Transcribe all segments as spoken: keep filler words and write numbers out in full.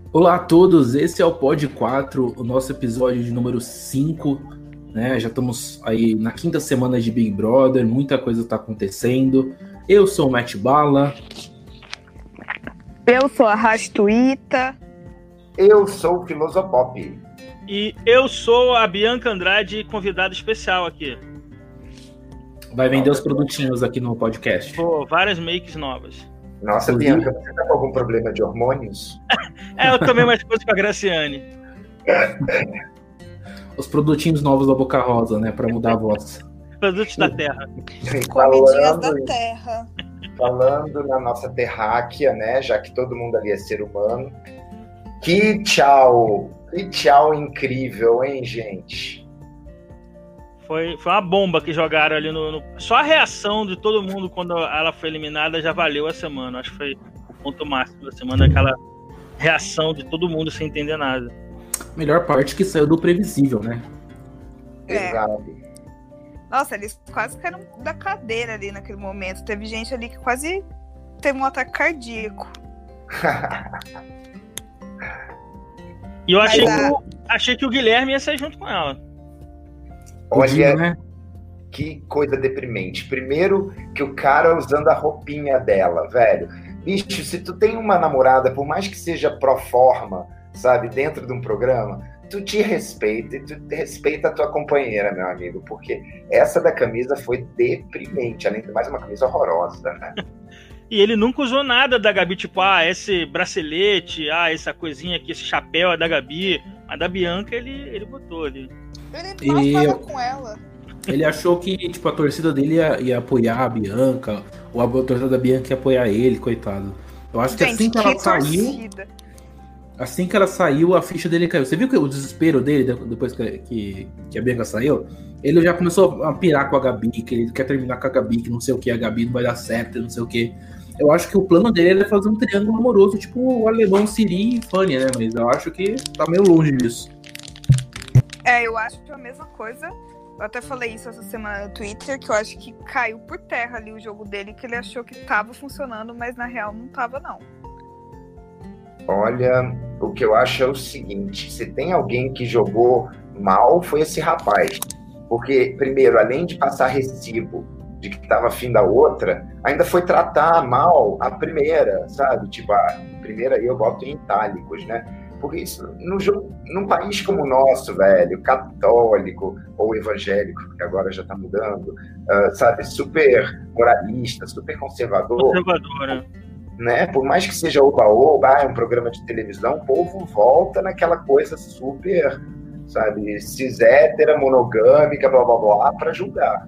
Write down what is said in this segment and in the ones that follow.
Olá a todos, esse é o Pod quatro, o nosso episódio de número cinco, né? Já estamos aí na quinta semana de Big Brother, muita coisa está acontecendo. Eu sou o Matt Bala. Eu sou a Rastuíta. Eu sou o Filosopop. E eu sou a Bianca Andrade, convidada especial aqui. Vai vender os produtinhos aqui no podcast. Pô, várias makes novas. Nossa, Inclusive... Bianca, você tá com algum problema de hormônios? É, eu tomei mais coisas com a Graciane. Os produtinhos novos da Boca Rosa, né? Pra mudar a voz. Produtos da terra. Comidinhas da terra. Falando na nossa terráquea, né? Já que todo mundo ali é ser humano. Que tchau! Que tchau incrível, hein, gente? Foi, foi uma bomba que jogaram ali no, no... Só a reação de todo mundo quando ela foi eliminada já valeu a semana. Acho que foi o ponto máximo da semana, aquela reação de todo mundo sem entender nada. Melhor parte que saiu do previsível, né? É. Exato. Nossa, eles quase caíram da cadeira ali naquele momento. Teve gente ali que quase teve um ataque cardíaco. E eu achei, Mas que, a... o, achei que o Guilherme ia sair junto com ela. Olha, né? que coisa deprimente. Primeiro que o cara usando a roupinha dela, velho. Bicho, se tu tem uma namorada, por mais que seja pro forma, sabe, dentro de um programa, tu te respeita e tu respeita a tua companheira, meu amigo, porque essa da camisa foi deprimente, além de mais uma camisa horrorosa, né? E ele nunca usou nada da Gabi, tipo, ah, esse bracelete, ah, essa coisinha aqui, esse chapéu é da Gabi. Mas da Bianca ele, ele botou ali. Ele mal E... fala com ela. Ele achou que tipo, a torcida dele ia, ia apoiar a Bianca, ou a torcida da Bianca ia apoiar ele, coitado. Eu acho que Gente, assim que ela que saiu. torcida. Assim que ela saiu, a ficha dele caiu. Você viu que o desespero dele depois que, que, que a Bianca saiu? Ele já começou a pirar com a Gabi, que ele quer terminar com a Gabi, que não sei o que, a Gabi não vai dar certo, não sei o que. Eu acho que o plano dele é fazer um triângulo amoroso, tipo o alemão Siri e Fanny, né? Mas eu acho que tá meio longe disso. É, eu acho que é a mesma coisa. Eu até falei isso essa semana no Twitter, que eu acho que caiu por terra ali o jogo dele, que ele achou que tava funcionando, mas na real não tava, não. Olha, o que eu acho é o seguinte, se tem alguém que jogou mal, foi esse rapaz. Porque, primeiro, além de passar recibo de que estava afim da outra, ainda foi tratar mal a primeira, sabe? Tipo, a primeira aí eu boto em itálicos, né? Porque isso, no jogo, num país como o nosso, velho, católico ou evangélico, que agora já está mudando, uh, sabe, super moralista, super conservador, Conservadora. Né? Por mais que seja oba-oba, é um programa de televisão, o povo volta naquela coisa super, sabe, cis-hétera, monogâmica, blá blá blá, para julgar.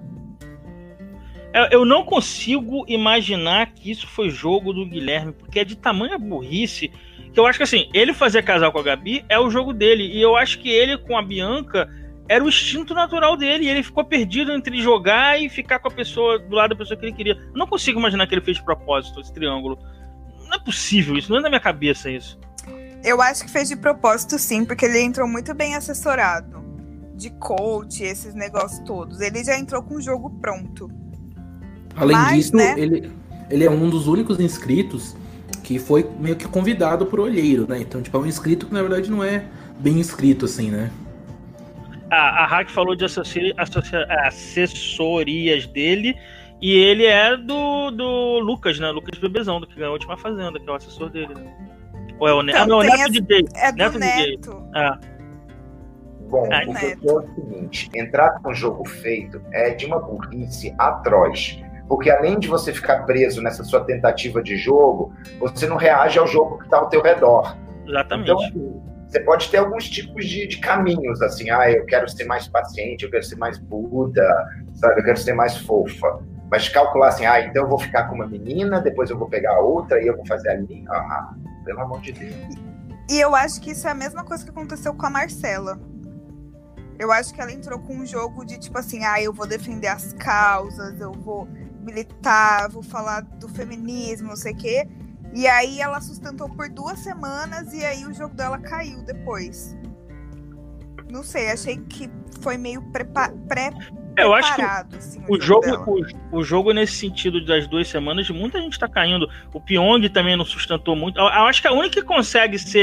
Eu não consigo imaginar que isso foi jogo do Guilherme, porque é de tamanha burrice que eu acho que assim, ele fazer casal com a Gabi é o jogo dele, e eu acho que ele com a Bianca era o instinto natural dele, e ele ficou perdido entre jogar e ficar com a pessoa, do lado da pessoa que ele queria. Eu não consigo imaginar que ele fez de propósito esse triângulo. Não é possível isso, não é na minha cabeça isso. Eu acho que fez de propósito sim, porque ele entrou muito bem assessorado. De coach, esses negócios todos. Ele já entrou com o jogo pronto. Além Mas, disso, né? ele, ele é um dos únicos inscritos que foi meio que convidado por olheiro, né? Então, tipo, é um inscrito que na verdade não é bem inscrito, assim, né? A, a Hack falou de assessoria, associa, assessorias dele, e ele é do, do Lucas, né? Lucas Bebezão, do que ganhou a última Fazenda, que é o assessor dele, né? Ou é o Neto? Então, Ah, não, o tem Neto essa- D J. É do Neto D J. Neto. Ah, Bom, Ai, o que eu digo é o seguinte, entrar com o jogo feito é de uma burrice atroz. Porque além de você ficar preso nessa sua tentativa de jogo, você não reage ao jogo que está ao teu redor. exatamente. Então, assim, você pode ter alguns tipos de, de caminhos, assim, ah, eu quero ser mais paciente, eu quero ser mais Buda, sabe, eu quero ser mais fofa. Mas calcular assim, ah, então eu vou ficar com uma menina, depois eu vou pegar outra e eu vou fazer a linha. Ah, pelo amor de Deus. E eu acho que isso é a mesma coisa que aconteceu com a Marcela. Eu acho que ela entrou com um jogo de tipo assim, ah, eu vou defender as causas, eu vou militar, vou falar do feminismo, não sei o quê. E aí ela sustentou por duas semanas e aí o jogo dela caiu depois. Não sei, achei que foi meio prepa- pré É, eu acho que assim, o jogo, o, o jogo nesse sentido das duas semanas, muita gente tá caindo. O Pyong também não sustentou muito. Eu, eu acho que a única que consegue ser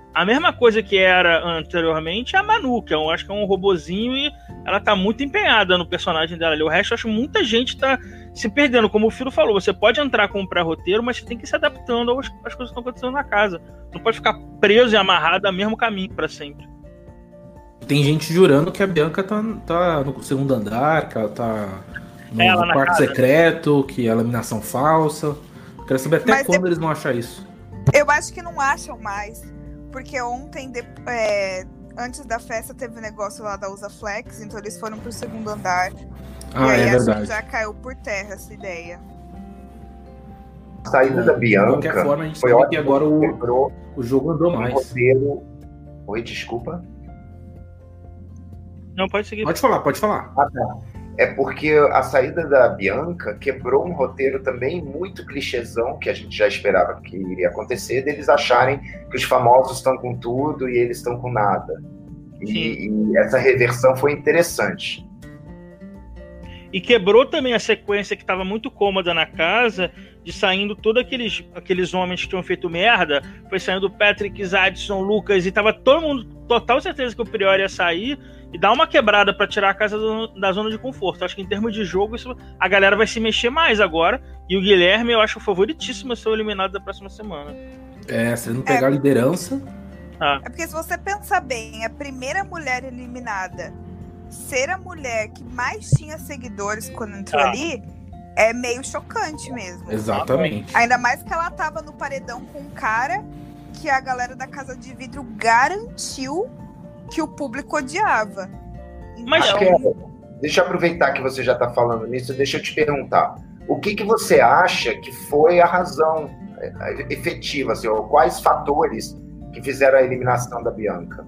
a mesma coisa que era anteriormente a Manu, que eu acho que é um robozinho e ela tá muito empenhada no personagem dela ali. O resto, eu acho que muita gente tá se perdendo. Como o Firo falou, você pode entrar com um pré-roteiro, mas você tem que ir se adaptando às, às coisas que estão acontecendo na casa. Não pode ficar preso e amarrado ao mesmo caminho para sempre. Tem gente jurando que a Bianca tá, tá no segundo andar, que ela tá no, ela no quarto casa. secreto, que é eliminação falsa. Quero saber até Mas quando de... eles vão achar isso. Eu acho que não acham mais. Porque ontem, de... é... antes da festa, teve um negócio lá da Usaflex, então eles foram pro segundo andar. Ah, e aí é acho verdade. que já caiu por terra essa ideia. A saída da Bianca. De qualquer forma, a gente foi sabe ótimo que agora o, quebrou o jogo andou um mais. roteiro. Oi, desculpa. Não, pode seguir. Pode falar, pode falar. Ah, tá. É porque a saída da Bianca quebrou um roteiro também muito clichêzão, que a gente já esperava que iria acontecer, deles acharem que os famosos estão com tudo e eles estão com nada. E, e essa reversão foi interessante. E quebrou também a sequência que estava muito cômoda na casa, de saindo todos aqueles, aqueles homens que tinham feito merda, foi saindo Patrick, Zadson, Lucas, e tava todo mundo, total certeza que o Prior ia sair, e dar uma quebrada para tirar a casa do, da zona de conforto. Acho que em termos de jogo, isso, a galera vai se mexer mais agora, e o Guilherme, eu acho favoritíssimo a ser eliminado da próxima semana. É, se ele não pegar É. a liderança... Ah. É porque se você pensar bem, a primeira mulher eliminada ser a mulher que mais tinha seguidores quando entrou Ah. ali, é meio chocante mesmo. Exatamente. Ainda mais que ela tava no paredão com um cara que a galera da Casa de Vidro garantiu que o público odiava. Mas- Então, Acho que é- Deixa eu aproveitar que você já está falando nisso, deixa eu te perguntar. O que, que você acha que foi a razão é, efetiva, assim, ou quais fatores que fizeram a eliminação da Bianca?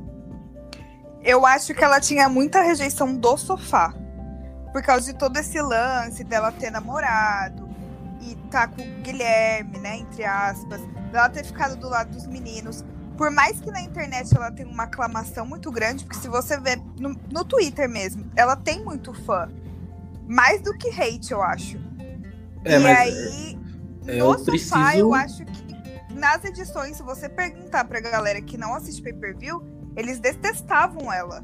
eu acho que ela tinha muita rejeição do sofá. Por causa de todo esse lance dela ter namorado e tá com o Guilherme, né, entre aspas, dela ter ficado do lado dos meninos. Por mais que na internet ela tenha uma aclamação muito grande, porque se você ver no, no Twitter mesmo, ela tem muito fã. Mais do que hate, eu acho. É, e mas aí, é, no eu sofá, preciso- eu acho que nas edições, se você perguntar pra galera que não assiste pay-per-view, eles detestavam ela.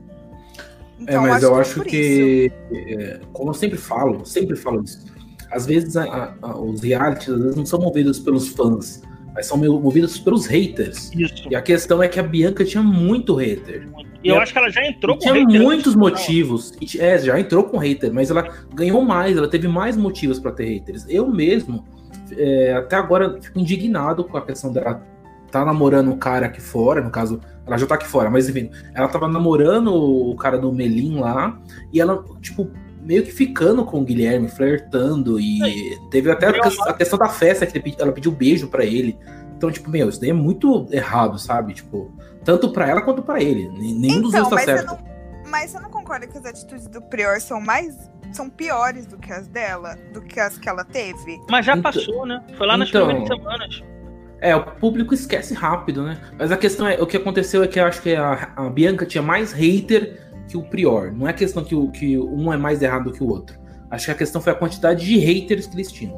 É, mas eu foi acho por isso. que, é, como eu sempre falo, sempre falo isso, às vezes a- a- os realities às vezes não são movidos pelos fãs, mas são movidos pelos haters. Isso. E a questão é que a Bianca tinha muito hater. E eu E acho que ela já entrou E com tinha hater muitos antes, não. motivos. E t- É, já entrou com hater, mas ela ganhou mais, ela teve mais motivos pra ter haters. Eu mesmo, é, até agora, fico indignado com a questão dela tá namorando um cara aqui fora, no caso, ela já tá aqui fora, mas enfim, ela tava namorando o cara do Melim lá, e ela, tipo, meio que ficando com o Guilherme, flertando, e teve até a, que- a questão da festa, que ele pedi- ela pediu beijo pra ele. Então, tipo, meu, isso daí é muito errado, sabe? Tipo, tanto pra ela quanto pra ele. N- Nenhum dos dois Então, tá mas você, certo. não, mas você não concorda que as atitudes do Prior são mais. São piores do que as dela? Do que as que ela teve? Mas já Então- passou, né? Foi lá nas então- primeiras semanas. É, o público esquece rápido, né? Mas a questão é, o que aconteceu é que eu acho que a, a Bianca tinha mais hater que o Prior. Não é questão que, o, que um é mais errado do que o outro. Acho que a questão foi a quantidade de haters que eles tinham.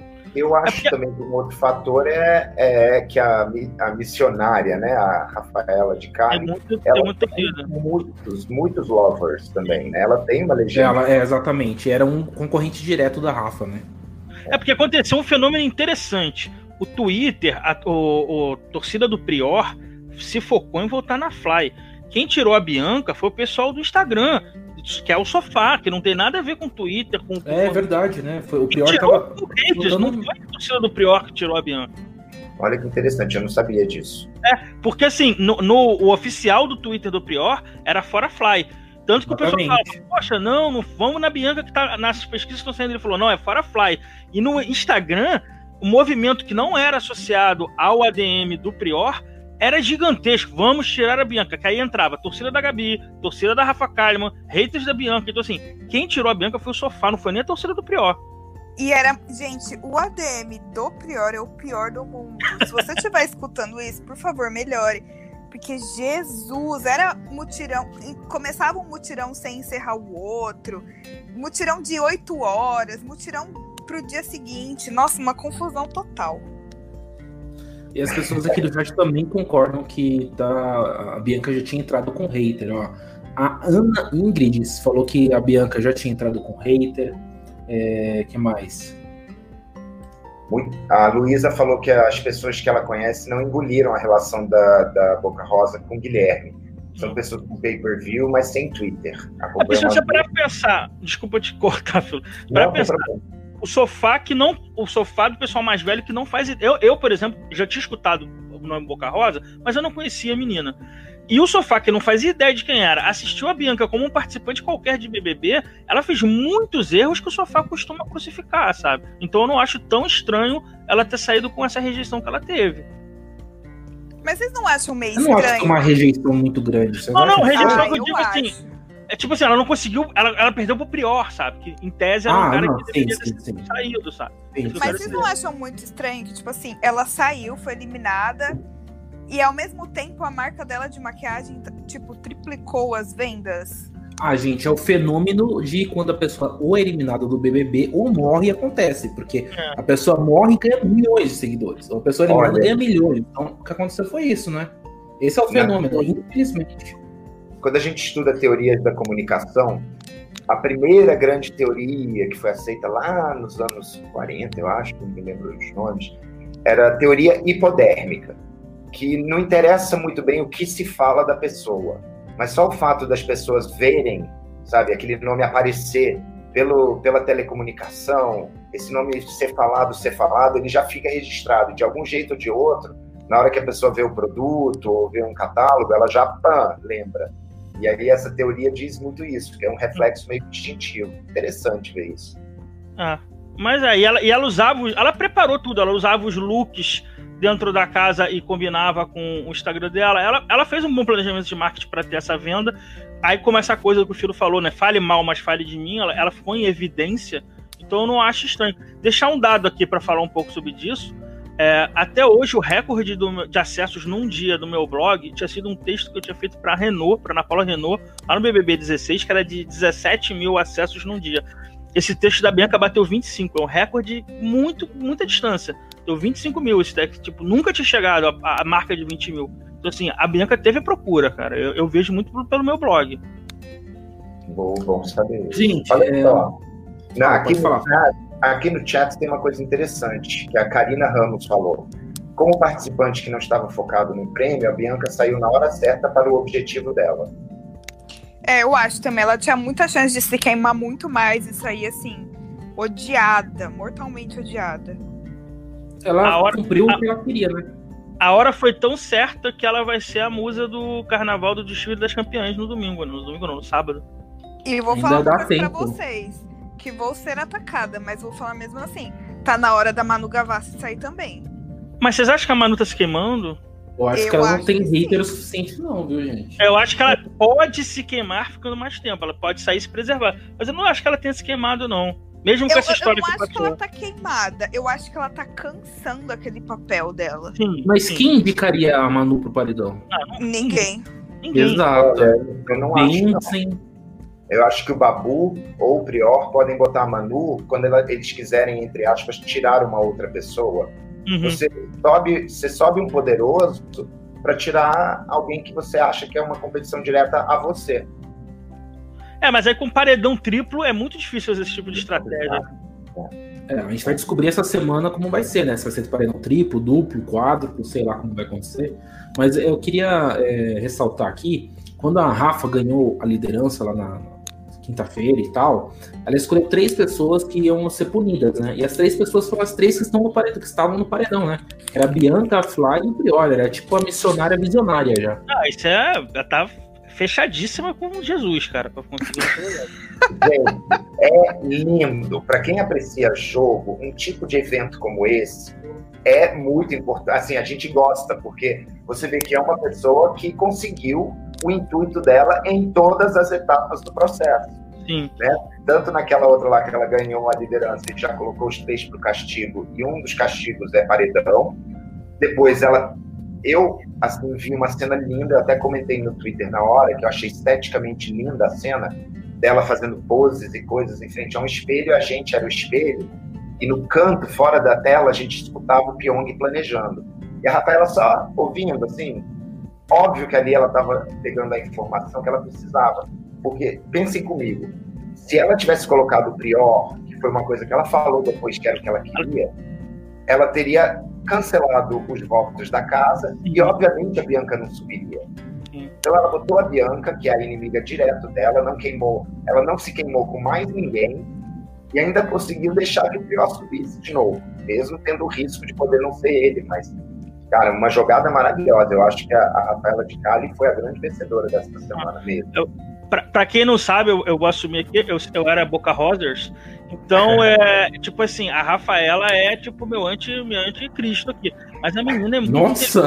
Eu acho É porque- também que um outro fator é, é que a, mi- a missionária, né, a Rafaela de É Carne, muito, é ela muito tem doido. muitos, muitos lovers também, né? Ela tem uma legenda. Ela, é, exatamente. Era um concorrente direto da Rafa, né? É porque aconteceu um fenômeno interessante. O Twitter, a o, o torcida do Prior, se focou em votar na Fly. Quem tirou a Bianca foi o pessoal do Instagram, que é o sofá, que não tem nada a ver com o Twitter. Com, É com... verdade, né? Foi, o E Prior tirou tava. o haters, votando- não foi a torcida do Prior que tirou a Bianca. Olha que interessante, eu não sabia disso. Porque assim, no, no- o oficial do Twitter do Prior era fora Fly. Tanto que o pessoal Exatamente. falava, poxa, não, não vamos na Bianca que tá nas pesquisas que estão saindo. Ele falou, não, é fora Fly. E no Instagram, o movimento que não era associado ao A D M do Prior era gigantesco. Vamos tirar a Bianca. Que aí entrava torcida da Gabi, torcida da Rafa Kalimann, haters da Bianca. Então assim, quem tirou a Bianca foi o sofá, não foi nem a torcida do Prior. E era. Gente, o A D M do Prior é o pior do mundo. Se você estiver escutando isso, por favor, melhore. Porque Jesus, era mutirão. Começava um mutirão sem encerrar o outro. Mutirão de oito horas. Mutirão pro dia seguinte. Nossa, uma confusão total. E as pessoas aqui do chat também concordam que tá, a Bianca já tinha entrado com hater, ó. A Ana Ingrid falou que a Bianca já tinha entrado com hater. É, que mais? A Luísa falou que as pessoas que ela conhece não engoliram a relação da, da Boca Rosa com o Guilherme. São hum. pessoas com pay-per-view, mas sem Twitter. A pessoa, você para pensar, desculpa te cortar, filho. Para pensar, o sofá que não, o sofá do pessoal mais velho que não faz ideia. Eu, eu, por exemplo, já tinha escutado o nome Boca Rosa, mas eu não conhecia a menina. E o sofá, que não fazia ideia de quem era, assistiu a Bianca como um participante qualquer de B B B, ela fez muitos erros que o sofá costuma crucificar, sabe? Então eu não acho tão estranho ela ter saído com essa rejeição que ela teve. Mas vocês não acham meio eu estranho? Eu não acho que é uma rejeição muito grande. Vocês não, não, rejeição ah, que eu, eu digo acho. assim... É tipo assim, ela não conseguiu, ela, ela perdeu pro Prior, sabe? Que em tese era ah, um cara não, que deveria sim, ter sim, sim. saído, sabe? Sim, mas vocês não acham muito estranho que, tipo assim, ela saiu, foi eliminada... E ao mesmo tempo a marca dela de maquiagem, tipo, triplicou as vendas. Ah, gente, é o fenômeno de quando a pessoa ou é eliminada do B B B ou morre e acontece. Porque é. a pessoa morre e ganha milhões de seguidores. Ou a pessoa eliminada Olha. ganha milhões. Então, o que aconteceu foi isso, né? Esse é o fenômeno, Não. infelizmente. Quando a gente estuda teorias da comunicação, a primeira grande teoria que foi aceita lá nos anos quarenta, eu acho, não me lembro os nomes, era a teoria hipodérmica, que não interessa muito bem o que se fala da pessoa, mas só o fato das pessoas verem, sabe, aquele nome aparecer pelo, pela telecomunicação, esse nome ser falado, ser falado, ele já fica registrado, de algum jeito ou de outro, na hora que a pessoa vê o produto ou vê um catálogo, ela já pá, lembra. E aí essa teoria diz muito isso, que é um reflexo meio distintivo. Interessante ver isso. Ah, mas aí ela, e ela usava, ela preparou tudo, ela usava os looks dentro da casa e combinava com o Instagram dela. Ela, ela fez um bom planejamento de marketing para ter essa venda. Aí, como essa coisa que o Filo falou, né? Fale mal, mas fale de mim, ela, ela ficou em evidência. Então eu não acho estranho. Deixar um dado aqui para falar um pouco sobre disso. É, até hoje, o recorde do, de acessos num dia do meu blog tinha sido um texto que eu tinha feito para a Renault, para Ana Paula Renault, lá no B B B dezesseis, que era de dezessete mil acessos num dia. Esse texto da Bianca bateu vinte e cinco, é um recorde muito, muita distância. Deu vinte e cinco mil esse texto, tipo, nunca tinha chegado a, a marca de vinte mil. Então, assim, a Bianca teve procura, cara. Eu, eu vejo muito pelo meu blog. Bom, bom saber. Gente, Olha é... só. Não, aqui, no falar. chat, aqui no chat tem uma coisa interessante, que a Karina Ramos falou. Como participante que não estava focado no prêmio, a Bianca saiu na hora certa para o objetivo dela. É, eu acho também. Ela tinha muita chance de se queimar muito mais e sair, assim, odiada, mortalmente odiada. Ela a hora, cumpriu a, o que ela queria, né? A hora foi tão certa que ela vai ser a musa do carnaval do desfile das campeãs no domingo. No domingo não, no sábado. E eu vou Ainda falar uma coisa tempo. pra vocês. Que vou ser atacada, mas vou falar mesmo assim. Tá na hora da Manu Gavassi sair também. Mas vocês acham que a Manu tá se queimando? Eu acho eu que ela acho não tem que hater o suficiente não, viu, gente? Eu acho que ela pode se queimar ficando mais tempo. Ela pode sair e se preservar. Mas eu não acho que ela tenha se queimado, não. Mesmo com eu, essa história que passou. Eu não acho que ela tá queimada. Eu acho que ela tá cansando aquele papel dela. Sim, Mas sim. quem indicaria a Manu pro paredão? Ah, não... Ninguém. Ninguém. Exato. Eu não acho, não. Sim. Eu acho que o Babu ou o Prior podem botar a Manu quando ela, eles quiserem, entre aspas, tirar uma outra pessoa. Uhum. Você, sobe, você sobe um poderoso para tirar alguém que você acha que é uma competição direta a você. É, mas aí com paredão triplo é muito difícil fazer esse tipo de estratégia. É, a gente vai descobrir essa semana como vai ser, né? Se vai ser paredão triplo, duplo, quádruplo, sei lá como vai acontecer. Mas eu queria é, ressaltar aqui, quando a Rafa ganhou a liderança lá na quinta-feira e tal, ela escolheu três pessoas que iam ser punidas, né? E as três pessoas foram as três que, estão no paredão, que estavam no paredão, né? Era a Bianca, a Fly e o Prior. Era tipo a missionária visionária já. Ah, isso é... Tá fechadíssima com Jesus, cara, pra conseguir. Gente, é lindo. Pra quem aprecia jogo, um tipo de evento como esse é muito importante. Assim, a gente gosta, porque você vê que é uma pessoa que conseguiu o intuito dela em todas as etapas do processo. Sim. Né? Tanto naquela outra lá que ela ganhou a liderança e já colocou os três para o castigo, e um dos castigos é paredão. Depois ela... Eu assim, vi uma cena linda, eu até comentei no Twitter na hora, que eu achei esteticamente linda a cena, dela fazendo poses e coisas em frente a um espelho, a gente era o espelho, e no canto, fora da tela, a gente escutava o Pyong planejando. E a Rafaela só ouvindo, assim, óbvio que ali ela estava pegando a informação que ela precisava. Porque, pensem comigo, se ela tivesse colocado o Prior, que foi uma coisa que ela falou depois que era o que ela queria, ela teria cancelado os votos da casa e, obviamente, a Bianca não subiria. Então ela botou a Bianca, que é a inimiga direto dela, não queimou, ela não se queimou com mais ninguém e ainda conseguiu deixar que o Prior subisse de novo, mesmo tendo o risco de poder não ser ele, mas, cara, uma jogada maravilhosa. Eu acho que a, a Rafaela de Cali foi a grande vencedora dessa semana mesmo. Eu, pra, pra quem não sabe, eu, eu vou assumir aqui, eu, eu era Boca Rosers, então é, tipo assim, a Rafaela é tipo meu anti, meu anticristo aqui, mas a menina é muito... Nossa!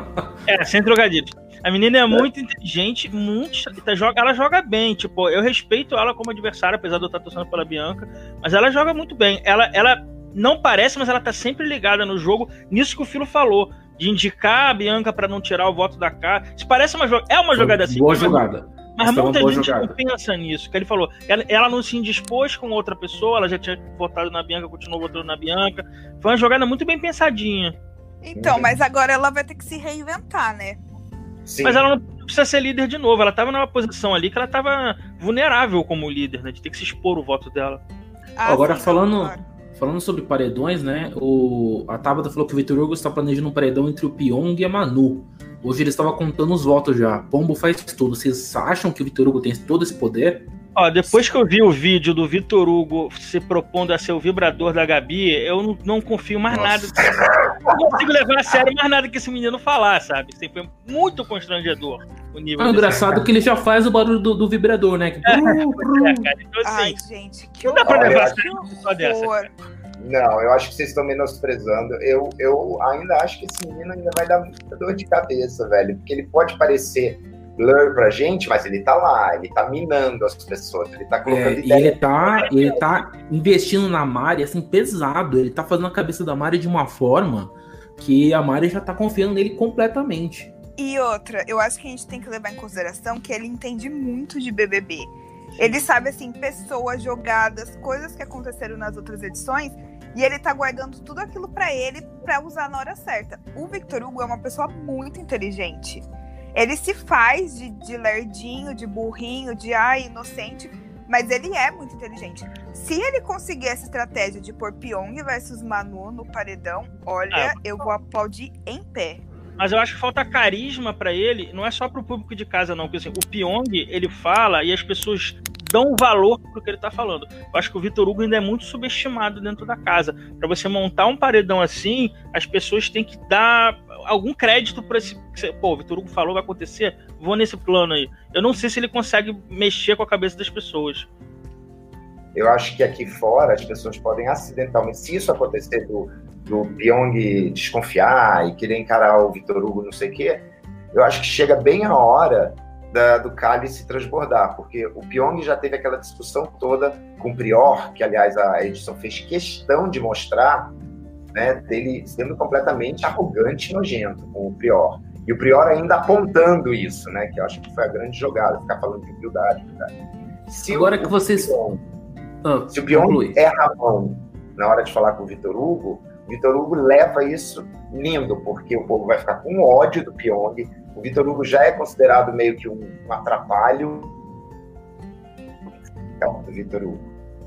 É, sem trocadilhos. A menina é muito inteligente, muito, ela joga bem, tipo, eu respeito ela como adversária, apesar de eu estar torcendo pela Bianca, mas ela joga muito bem. Ela, ela não parece, mas ela tá sempre ligada no jogo, nisso que o Filo falou, de indicar a Bianca para não tirar o voto da cara. Isso parece uma jogada, é uma jogada assim. Boa jogada. Mas muita gente jogada. Não pensa nisso, que ele falou, ela, ela não se indispôs com outra pessoa, ela já tinha votado na Bianca, continuou votando na Bianca. Foi uma jogada muito bem pensadinha. Então, mas agora ela vai ter que se reinventar, né? Sim. Mas ela não precisa ser líder de novo. Ela tava numa posição ali que ela tava vulnerável como líder, né? De ter que se expor o voto dela. Ah, agora, sim, falando, claro. falando sobre paredões, né? O, a Tabata falou que o Vitor Hugo está planejando um paredão entre o Pyong e a Manu. Hoje ele estava contando os votos já. Pombo faz tudo. Vocês acham que o Vitor Hugo tem todo esse poder? Ó, depois que eu vi o vídeo do Vitor Hugo se propondo a ser o vibrador da Gabi, eu não, não confio mais Nossa. nada. Não consigo levar a sério mais nada que esse menino falar, sabe? Assim, foi muito constrangedor o nível. É engraçado cara. Que ele já faz o barulho do, do vibrador, né? Que... É, é, cara. Então, assim, ai, gente, que não dá pra levar a sério uma pessoa dessa. Cara. Não, eu acho que vocês estão menosprezando. Eu, eu ainda acho que esse menino ainda vai dar muita dor de cabeça, velho. Porque ele pode parecer blur pra gente, mas ele tá lá, ele tá minando as pessoas, ele tá colocando é, ideia. E ele tá, ele tá investindo na Mari, assim, pesado. Ele tá fazendo a cabeça da Mari de uma forma que a Mari já tá confiando nele completamente. E outra, eu acho que a gente tem que levar em consideração que ele entende muito de B B B. Ele sabe, assim, pessoas, jogadas, coisas que aconteceram nas outras edições, e ele tá guardando tudo aquilo pra ele, pra usar na hora certa. O Vitor Hugo é uma pessoa muito inteligente. Ele se faz de, de lerdinho, de burrinho, de ai, inocente, mas ele é muito inteligente. Se ele conseguir essa estratégia de pôr Pyong versus Manu no paredão, olha, ah, eu vou aplaudir em pé. Mas eu acho que falta carisma pra ele, não é só pro público de casa, não. Porque assim, o Pyong, ele fala e as pessoas dão valor pro que ele tá falando. Eu acho que o Vitor Hugo ainda é muito subestimado dentro da casa. Pra você montar um paredão assim, as pessoas têm que dar algum crédito pra esse... Pô, o Vitor Hugo falou, vai acontecer, vou nesse plano aí. Eu não sei se ele consegue mexer com a cabeça das pessoas. Eu acho que aqui fora as pessoas podem acidentalmente, se isso acontecer do, do Pyong desconfiar e querer encarar o Vitor Hugo, não sei o quê, eu acho que chega bem a hora da, do cálice se transbordar, porque o Pyong já teve aquela discussão toda com o Prior, que aliás a edição fez questão de mostrar, né, dele sendo completamente arrogante e nojento com o Prior. E o Prior ainda apontando isso, né, que eu acho que foi a grande jogada, ficar falando de humildade. Se Agora o, que vocês... Pyong, ah, se o Pyong erra a mão na hora de falar com o Vitor Hugo, o Vitor Hugo leva isso lindo, porque o povo vai ficar com ódio do Pyong. O Vitor Hugo já é considerado meio que um, um atrapalho. Então, do Vitor Hugo.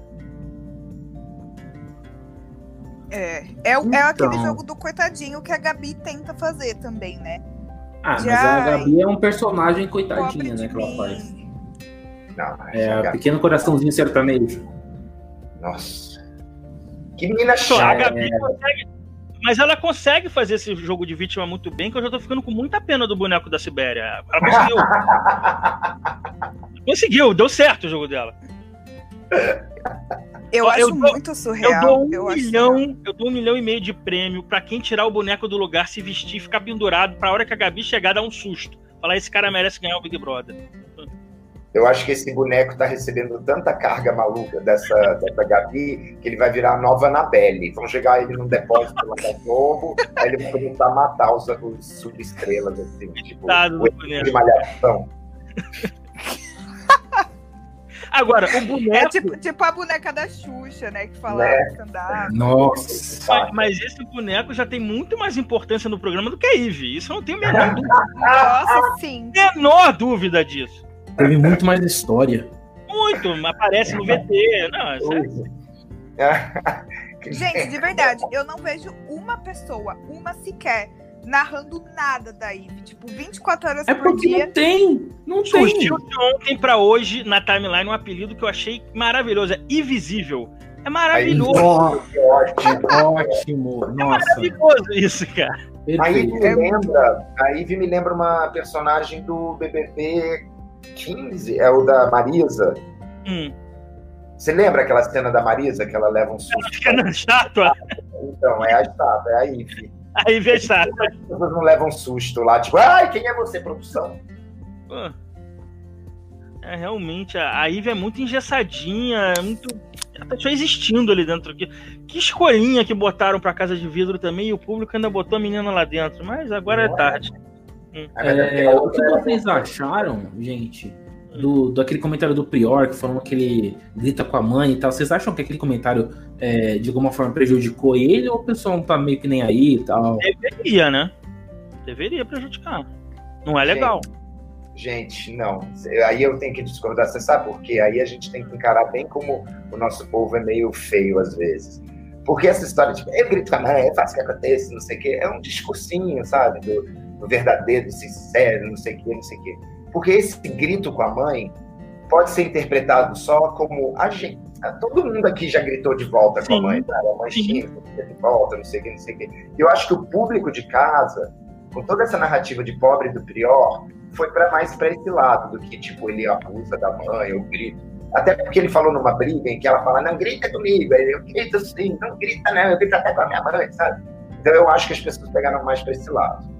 É, é, então... é aquele jogo do coitadinho que a Gabi tenta fazer também, né? Ah, de, mas a ai, Gabi é um personagem coitadinha, né, que ela faz. Não, é, a Gabi... pequeno coraçãozinho sertanejo. Nossa. Que menina Só, chata. A Gabi é... consegue... Mas ela consegue fazer esse jogo de vítima muito bem, que eu já tô ficando com muita pena do boneco da Sibéria. Ela conseguiu. Conseguiu, deu certo o jogo dela. Eu, eu acho eu dou, muito surreal. Eu dou um eu milhão, acho... eu dou um milhão e meio de prêmio pra quem tirar o boneco do lugar, se vestir, ficar pendurado, pra hora que a Gabi chegar, dar um susto. Falar, esse cara merece ganhar o Big Brother. Eu acho que esse boneco tá recebendo tanta carga maluca dessa, dessa Gabi que ele vai virar a nova Anabelle. Vão chegar ele num depósito lá da Globo, aí ele vai começar a matar os, os subestrelas, assim, tipo, o de malhação. Agora, o boneco... É tipo, tipo a boneca da Xuxa, né? Que fala Né? stand-up. Nossa. Mas, mas esse boneco já tem muito mais importância no programa do que a Ivy. Isso eu não tenho a menor dúvida. Nossa, sim. menor dúvida disso. Teve muito mais história. Muito, aparece no V T. Não, isso é... Gente, de verdade, eu não vejo uma pessoa, uma sequer, narrando nada da Ivy. Tipo, vinte e quatro horas É por porque dia. não tem. Não tem. Surgiu de ontem pra hoje na timeline um apelido que eu achei maravilhoso. É Invisível. É maravilhoso. Nossa, Ótimo. ótimo. É Nossa. maravilhoso isso, cara. A Ivy Perfeito. me lembra, a Ivy me lembra uma personagem do B B B quinze, é o da Marisa. Hum. Você lembra aquela cena da Marisa que ela leva um susto? Fica na estátua. Então, é a estátua, é a Ivy. Aí vê a estátua. As pessoas não levam susto lá, tipo, ai, quem é você, produção? Pô. É, realmente, a a Ivy é muito engessadinha, é muito... Ela tá só existindo ali dentro aqui. Que escolinha que botaram pra Casa de Vidro também, e o público ainda botou a menina lá dentro. Mas agora é tarde. É, o que vocês acharam, gente, do, do aquele comentário do Prior, que falando que ele grita com a mãe e tal? Vocês acham que aquele comentário, é, de alguma forma, prejudicou ele, ou o pessoal não tá meio que nem aí e tal? Deveria, né? Deveria prejudicar. Não é legal. Gente, não. Aí eu tenho que discordar. Você sabe por quê? Aí a gente tem que encarar bem como o nosso povo é meio feio às vezes. Porque essa história, tipo, eu grito com a mãe, eu faço o que acontece, não sei o quê, é um discursinho, sabe? Do, do verdadeiro, do sincero, não sei o quê, não sei o quê. Porque esse grito com a mãe pode ser interpretado só como a gente. Todo mundo aqui já gritou de volta Sim. com a mãe, sabe? A mãe xinga, de volta, não sei o quê, não sei o quê. E eu acho que o público de casa, com toda essa narrativa de pobre do Prior, foi pra mais para esse lado do que, tipo, ele abusa da mãe, ou grita. Até porque ele falou numa briga em que ela fala, não grita comigo, aí eu grito sim, não grita não, eu grito até com a minha mãe, sabe? Então eu acho que as pessoas pegaram mais pra esse lado.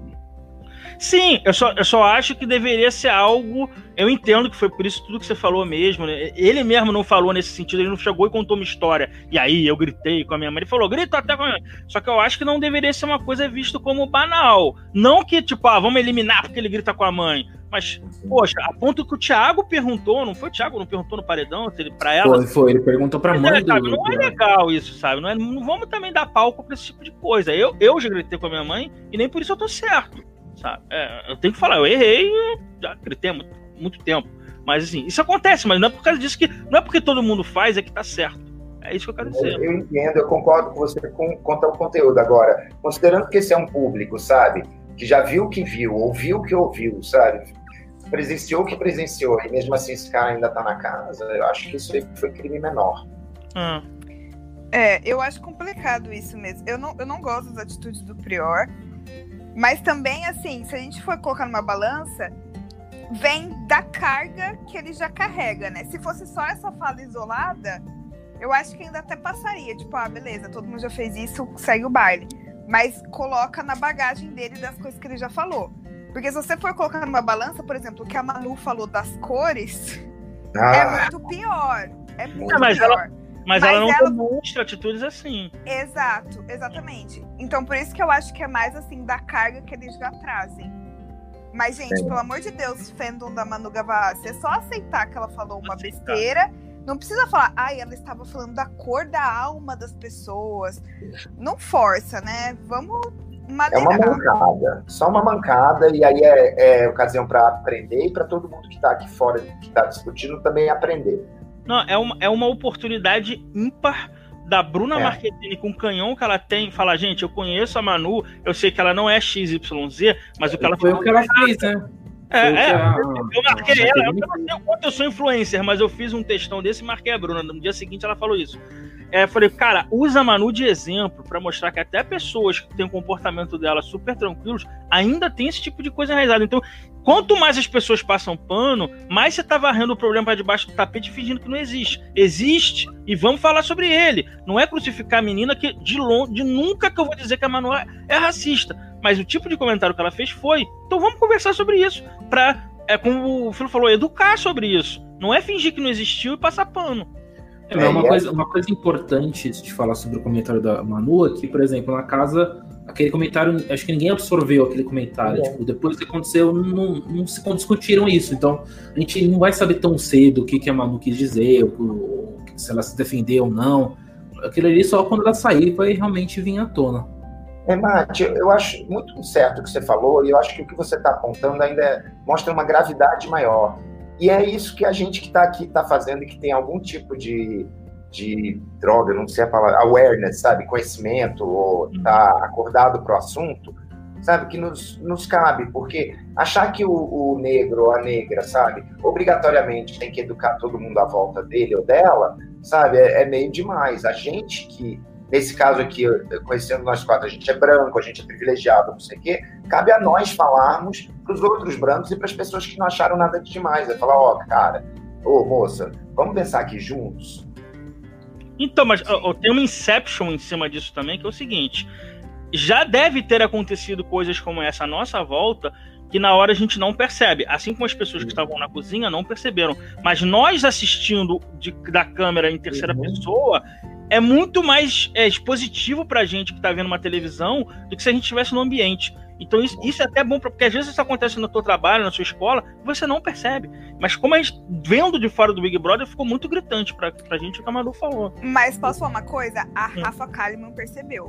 Sim, eu só, eu só acho que deveria ser algo... Eu entendo que foi por isso tudo que você falou mesmo, né? Ele mesmo não falou nesse sentido, ele não chegou e contou uma história. E aí eu gritei com a minha mãe, ele falou, grita até com a minha mãe. Só que eu acho que não deveria ser uma coisa vista como banal. Não que, tipo, ah, vamos eliminar porque ele grita com a mãe. Mas, poxa, a ponto que o Thiago perguntou, não foi o Thiago, não perguntou no paredão pra ela? Foi, foi, ele perguntou pra mãe É, do... sabe, não é legal isso, sabe? Não, é, não vamos também dar palco pra esse tipo de coisa. Eu, eu já gritei com a minha mãe e nem por isso eu tô certo, sabe? É, eu tenho que falar, eu errei, já gritei há muito, muito tempo. Mas assim, isso acontece, mas não é por causa disso que... Não é porque todo mundo faz, é que tá certo. É isso que eu quero dizer. Eu, eu entendo, eu concordo com você com, quanto ao conteúdo. Agora, considerando que esse é um público, sabe? Que já viu o que viu, ouviu o que ouviu, sabe? Presenciou o que presenciou, e mesmo assim esse cara ainda tá na casa, eu acho que isso aí foi crime menor. Hum. É, eu acho complicado isso mesmo. Eu não, eu não gosto das atitudes do Prior, mas também, assim, se a gente for colocar numa balança, vem da carga que ele já carrega, né? Se fosse só essa fala isolada, eu acho que ainda até passaria. Tipo, ah, beleza, todo mundo já fez isso, segue o baile. Mas coloca na bagagem dele das coisas que ele já falou. Porque se você for colocar numa balança, por exemplo, o que a Manu falou das cores, Ah, é muito pior. É muito É, mas pior. ela- Mas, Mas ela não ela- demonstra atitudes assim. Exato, exatamente. Então, por isso que eu acho que é mais, assim, da carga que eles já trazem. Mas, gente, Sim. pelo amor de Deus, fandom da Manu Gavassi, é só aceitar que ela falou uma Aceitar. besteira. Não precisa falar, ai, ela estava falando da cor da alma das pessoas. Não força, né? Vamos é uma maneirar. mancada, só uma mancada, e aí é, é ocasião para aprender e para todo mundo que tá aqui fora, que tá discutindo, também aprender. Não, é uma, é uma oportunidade ímpar da Bruna É. Marquezine com o canhão que ela tem. Falar, gente, eu conheço a Manu, eu sei que ela não é X Y Z, mas o que ela Foi o que ela fez, né? É, Foi o que é, a- eu marquei a- ela, eu não sei o quanto eu sou influencer, mas eu fiz um textão desse e marquei a Bruna. No dia seguinte ela falou isso. É, eu falei, cara, usa a Manu de exemplo pra mostrar que até pessoas que têm o comportamento dela super tranquilos ainda tem esse tipo de coisa enraizada. Então, quanto mais as pessoas passam pano, mais você tá varrendo o problema pra debaixo do tapete fingindo que não existe. Existe, e vamos falar sobre ele. Não é crucificar a menina que, de longe, de nunca que eu vou dizer que a Manu é, é racista. Mas o tipo de comentário que ela fez foi. Então vamos conversar sobre isso. Pra, é, como o Filo falou, educar sobre isso. Não é fingir que não existiu e passar pano. É, uma, coisa, uma coisa importante de falar sobre o comentário da Manu é que, por exemplo, na casa, aquele comentário, acho que ninguém absorveu aquele comentário. É. Tipo, depois que aconteceu, não, não se discutiram isso. Então, a gente não vai saber tão cedo o que, que a Manu quis dizer, ou, se ela se defendeu ou não. Aquilo ali só quando ela sair vai realmente vir à tona. É, Mate, eu acho muito certo o que você falou, e eu acho que o que você está apontando ainda é, mostra uma gravidade maior. E é isso que a gente que está aqui está fazendo e que tem algum tipo de, de droga, não sei a palavra, awareness, sabe? Conhecimento, ou está acordado para o assunto, sabe? Que nos, nos cabe, porque achar que o, o negro ou a negra, sabe? Obrigatoriamente tem que educar todo mundo à volta dele ou dela, sabe? É, é meio demais. A gente que... Nesse caso aqui, conhecendo nós quatro, a gente é branco, a gente é privilegiado, não sei o quê, cabe a nós falarmos para os outros brancos e para as pessoas que não acharam nada de demais. É falar, ó, oh, cara, ô, moça, vamos pensar aqui juntos? Então, mas ó, tem uma inception em cima disso também, que é o seguinte, já deve ter acontecido coisas como essa à nossa volta, que na hora a gente não percebe, assim como as pessoas que estavam na cozinha não perceberam, mas nós assistindo de, da câmera em terceira uhum. pessoa, é muito mais é, expositivo pra gente que tá vendo uma televisão do que se a gente estivesse no ambiente. Então isso, isso é até bom, pra, porque às vezes isso acontece no teu trabalho, na sua escola, e você não percebe. Mas como a gente, vendo de fora do Big Brother, ficou muito gritante pra, pra gente o que a Manu falou. Mas posso falar uma coisa? A Rafa Kalimann percebeu.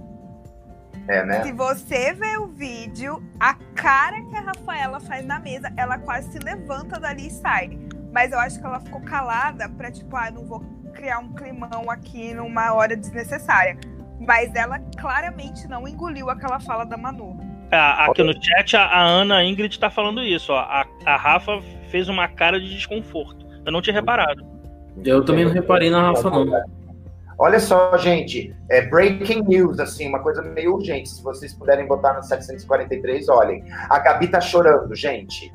É, né? Se você ver o vídeo, a cara que a Rafaela faz na mesa, ela quase se levanta dali e sai. Mas eu acho que ela ficou calada pra, tipo, ah, não vou criar um climão aqui numa hora desnecessária. Mas ela claramente não engoliu aquela fala da Manu. Ah, aqui no chat, a, a Ana Ingrid tá falando isso, ó. A, a Rafa fez uma cara de desconforto. Eu não tinha reparado. Eu também não reparei na Rafa, não. Olha só, gente, é breaking news, assim, uma coisa meio urgente. Se vocês puderem botar no setecentos e quarenta e três, olhem. A Gabi tá chorando, gente.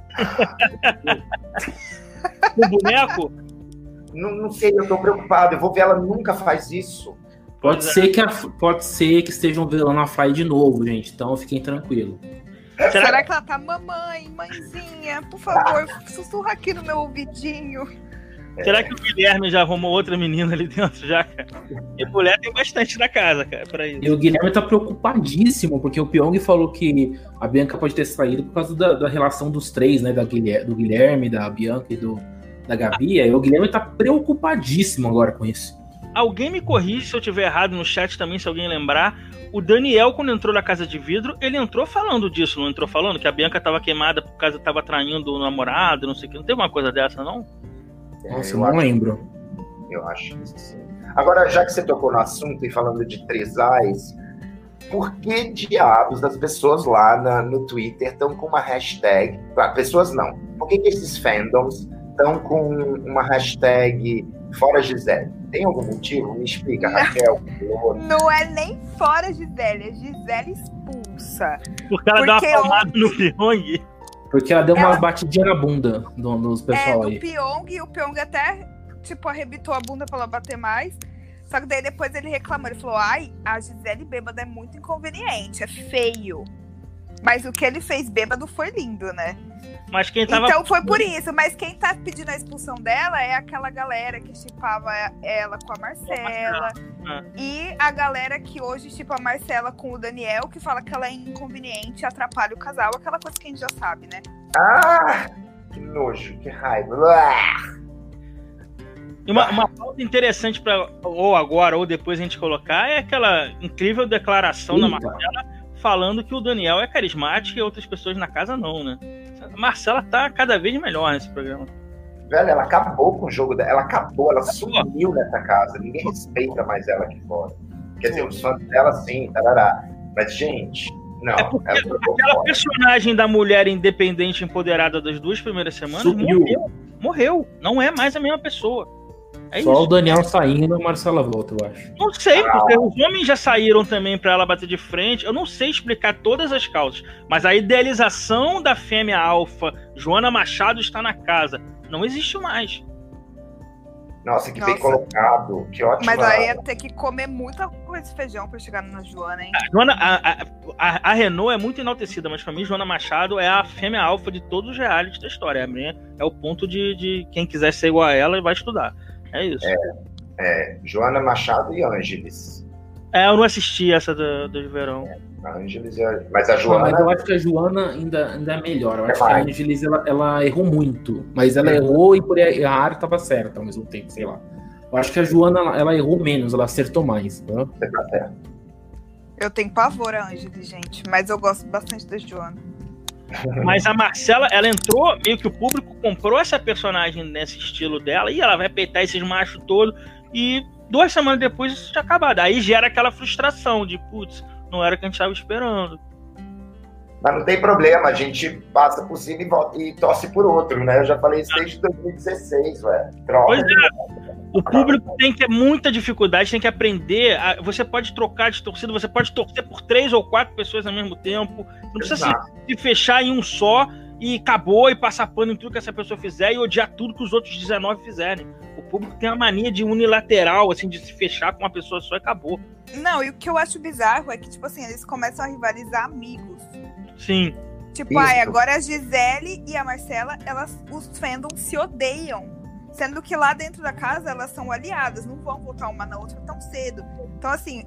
O boneco? Não, não sei, eu tô preocupado. Eu vou ver, ela nunca faz isso. Pode ser que, a, pode ser que estejam velando a Fai de novo, gente. Então fiquem tranquilos. Será, Será que ela tá, mamãe, mãezinha, por favor, sussurra aqui no meu ouvidinho. Será que o Guilherme já arrumou outra menina ali dentro já, cara? E mulher tem bastante na casa, cara, pra isso. E o Guilherme tá preocupadíssimo, porque o Pyong falou que a Bianca pode ter saído por causa da, da relação dos três, né? Da Guilherme, do Guilherme, da Bianca e do, da Gabi. E o Guilherme tá preocupadíssimo agora com isso. Alguém me corrige se eu tiver errado no chat também, se alguém lembrar. O Daniel, quando entrou na Casa de Vidro, ele entrou falando disso, não entrou falando? Que a Bianca tava queimada por causa que tava traindo o namorado, não sei o que. Não teve uma coisa dessa, não? Nossa, eu não lembro. Eu acho que sim. Agora, já que você tocou no assunto e falando de trisais, por que diabos as pessoas lá na, no Twitter estão com uma hashtag... Claro, pessoas não. Por que, que esses fandoms estão com uma hashtag fora Gisele? Tem algum motivo? Me explica, Raquel. Não é nem fora Gisele, é Gisele expulsa. Porque ela dá uma palmada no Pyong. Porque ela deu ela... uma batidinha na bunda do, dos pessoal é, aí. É, do Pyong, e o Pyong até, tipo, arrebitou a bunda pra ela bater mais. Só que daí depois ele reclamou, ele falou, ai, a Gisele bêbada é muito inconveniente, é feio. Mas o que ele fez bêbado foi lindo, né? Mas quem tava... Então foi por isso, mas quem tá pedindo a expulsão dela é aquela galera que chipava ela com a Marcela. Ah. E a galera que hoje chipa a Marcela com o Daniel, que fala que ela é inconveniente, atrapalha o casal, aquela coisa que a gente já sabe, né? Ah! Que nojo, que raiva. E uma, uma pauta interessante para ou agora ou depois a gente colocar é aquela incrível declaração Eita. da Marcela falando que o Daniel é carismático e outras pessoas na casa não, né? A Marcela tá cada vez melhor nesse programa. Velho, ela acabou com o jogo dela. Ela acabou, ela sumiu nessa casa. Ninguém respeita mais ela aqui fora. Quer dizer, os fãs dela sim, tarará. Mas, gente, não. É porque ela aquela fora. Personagem da mulher independente empoderada das duas primeiras semanas Subiu. morreu. Morreu. Não é mais a mesma pessoa. É Só isso. O Daniel saindo, a Marcela volta, eu acho. Não sei, porque ah. os homens já saíram também pra ela bater de frente. Eu não sei explicar todas as causas, mas a idealização da fêmea alfa, Joana Machado, está na casa. Não existe mais. Nossa, que Nossa. bem colocado. Que ótimo. Mas aí ia ter que comer muita coisa de feijão pra chegar na Joana, hein? A, Joana, a, a, a Renault é muito enaltecida, mas pra mim, Joana Machado é a fêmea alfa de todos os realities da história. A minha é o ponto de, de quem quiser ser igual a ela vai estudar. É isso. É, é, Joana Machado e Ângeles. É, eu não assisti essa do, do verão. A Angelis é... Mas a Ah, Joana... mas eu acho que a Joana ainda, ainda é melhor. Eu É acho que a mais. Angelis, ela, ela errou muito. Mas ela errou e por aí a área tava certa ao mesmo tempo, sei lá. Eu acho que a Joana, ela, ela errou menos, ela acertou mais. Tá? Você tá certo. Eu tenho pavor a Angelis, gente, mas eu gosto bastante da Joana. Mas a Marcela, ela entrou, meio que o público comprou essa personagem nesse estilo dela, e ela vai peitar esses machos todos, e duas semanas depois isso tinha acabado. Aí gera aquela frustração de, putz, não era o que a gente estava esperando. Mas não tem problema, a gente passa por cima e, volta, e torce por outro, né? Eu já falei isso desde dois mil e dezesseis, ué. Troca. Pois é. O público tem que ter muita dificuldade, tem que aprender. A, você pode trocar de torcida, você pode torcer por três ou quatro pessoas ao mesmo tempo. Não precisa se, se fechar em um só e acabou e passar pano em tudo que essa pessoa fizer e odiar tudo que os outros dezenove fizerem. O público tem a mania de unilateral, assim, de se fechar com uma pessoa só e acabou. Não, e o que eu acho bizarro é que, tipo assim, eles começam a rivalizar amigos. Sim. Tipo, ai, agora a Gisele e a Marcela, elas, os fandoms se odeiam. Sendo que lá dentro da casa elas são aliadas, não vão votar uma na outra tão cedo. Então, assim,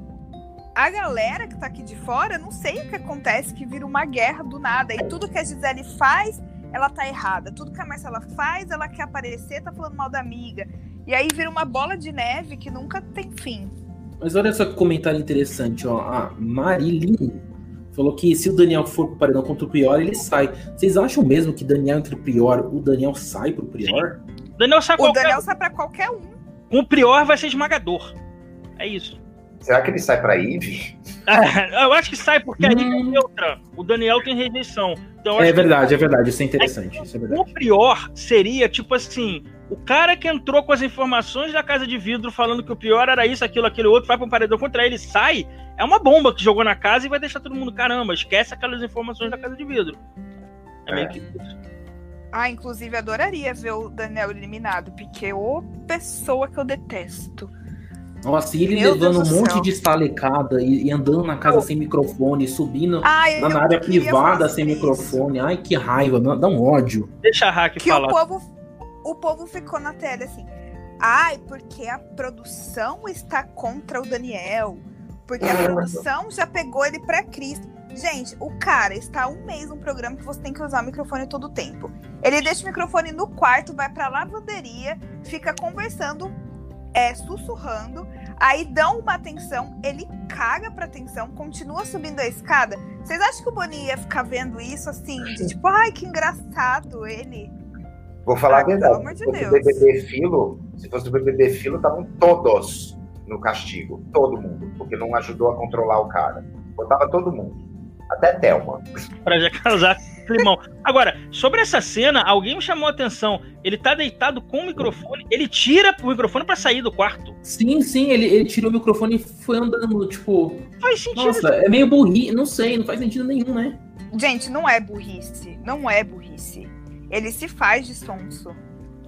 a galera que tá aqui de fora, não sei o que acontece, que vira uma guerra do nada. E tudo que a Gisele faz, ela tá errada. Tudo que a Marcela faz, ela quer aparecer, tá falando mal da amiga. E aí vira uma bola de neve que nunca tem fim. Mas olha só que comentário interessante, ó. A Marilyn falou que se o Daniel for pro paredão contra o Prior, ele sai. Vocês acham mesmo que Daniel entre o Prior, o Daniel sai pro Prior? Sim. Daniel sai o qualquer... Daniel sai pra qualquer um. Com o Prior vai ser esmagador. É isso. Será que ele sai pra Eve? Eu acho que sai porque hum. a Eve é neutra. O Daniel tem rejeição. Então, é acho verdade, que... é verdade. Isso é interessante. Isso é verdade. O Prior seria, tipo assim, o cara que entrou com as informações da Casa de Vidro falando que o Prior era isso, aquilo, aquele outro, vai pra um paredão contra ele, sai, é uma bomba que jogou na casa e vai deixar todo mundo, caramba, esquece aquelas informações da Casa de Vidro. É, é. meio que isso. Ah, inclusive adoraria ver o Daniel eliminado, porque ô pessoa que eu detesto. Nossa, e ele Meu levando Deus um monte céu. de estalecada e, e andando na casa oh. sem microfone, subindo Ai, na área privada sem isso. microfone. Ai, que raiva, dá um ódio. Deixa a Hack que falar. O povo, o povo ficou na tela assim, ai, porque a produção está contra o Daniel, porque a produção já pegou ele pra Cristo. Gente, o cara está há um mês no programa que você tem que usar o microfone todo o tempo. Ele deixa o microfone no quarto, vai pra lavanderia, fica conversando, é, sussurrando, aí dão uma atenção, ele caga pra atenção, continua subindo a escada. Vocês acham que o Boninho ia ficar vendo isso assim, de tipo, ai, que engraçado ele? Vou falar ah, a verdade. Pelo amor de se fosse Deus. o B B B Filo, se fosse o B B B Filo, estavam todos no castigo. Todo mundo, porque não ajudou a controlar o cara. Botava todo mundo. Até Thelma. Pra já causar climão. Agora, sobre essa cena, alguém me chamou a atenção. Ele tá deitado com o microfone, ele tira o microfone pra sair do quarto. Sim, sim, ele, ele tirou o microfone e foi andando, tipo... Faz sentido. Nossa, é meio burrice, não sei, não faz sentido nenhum, né? Gente, não é burrice, não é burrice. Ele se faz de sonso.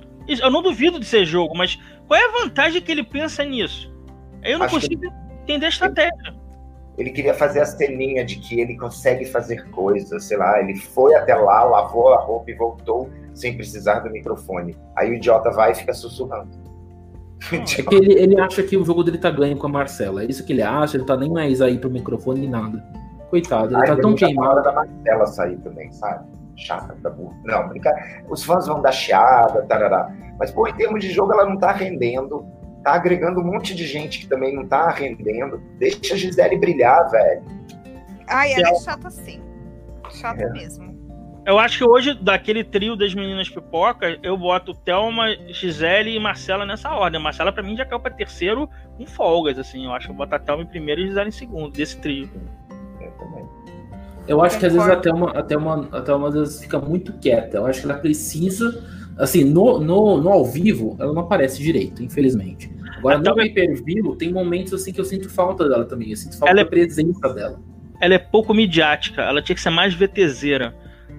Eu não duvido de ser jogo, mas qual é a vantagem que ele pensa nisso? Eu não Acho consigo que... entender a estratégia. Ele queria fazer a ceninha de que ele consegue fazer coisas, sei lá, ele foi até lá, lavou a roupa e voltou sem precisar do microfone. Aí o idiota vai e fica sussurrando. É que ele, ele acha que o jogo dele tá ganho com a Marcela. É isso que ele acha, ele tá nem mais aí pro microfone nem nada. Coitado, ele Ai, tá tão queimado. Da Marcela sair também, sabe? Chata da burra. Não, brincar. Os fãs vão dar chiada, tarará. Mas, pô, em termos de jogo, ela não tá rendendo. Tá agregando um monte de gente que também não tá rendendo. Deixa a Gisele brilhar, velho. Ai, ela é chata sim. Chata é. mesmo. Eu acho que hoje, daquele trio das meninas pipocas, eu boto Thelma, Gisele e Marcela nessa ordem. A Marcela, pra mim, já caiu pra terceiro com folgas, assim. Eu acho que eu boto a Thelma em primeiro e Gisele em segundo, desse trio. Eu também. Eu acho que às vezes a Thelma, a Thelma, a Thelma às vezes fica muito quieta. Eu acho que ela precisa... Assim, no, no, no ao vivo, ela não aparece direito, infelizmente. Agora, no pay-per-view, tem momentos assim que eu sinto falta dela também. Eu sinto falta ela da presença dela. Ela é pouco midiática, ela tinha que ser mais VTZera.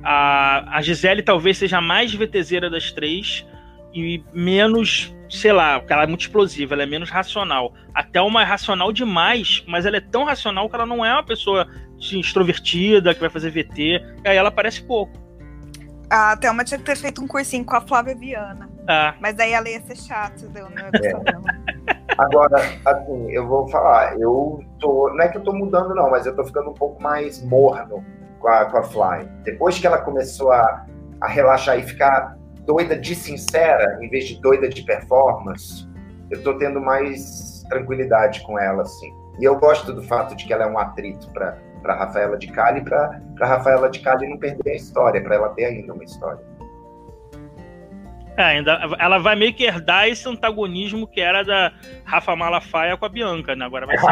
A, a Gisele talvez seja a mais VTZera das três e menos, sei lá, porque ela é muito explosiva, ela é menos racional. A Thelma é racional demais, mas ela é tão racional que ela não é uma pessoa extrovertida, que vai fazer V T, e aí ela aparece pouco. A Thelma tinha que ter feito um cursinho com a Flávia Viana. Ah. Mas daí ela ia ser chata, deu, não ia gostar dela. Agora, assim, eu vou falar, eu tô. Não é que eu tô mudando, não, mas eu tô ficando um pouco mais morno com a, com a Fly. Depois que ela começou a, a relaxar e ficar doida de sincera, em vez de doida de performance, eu tô tendo mais tranquilidade com ela, assim. E eu gosto do fato de que ela é um atrito para para Rafaela de Cali, para Rafaela de Cali não perder a história, para ela ter ainda uma história. É, ainda, ela vai meio que herdar esse antagonismo que era da Rafa Malafaia com a Bianca, né? Agora vai ser.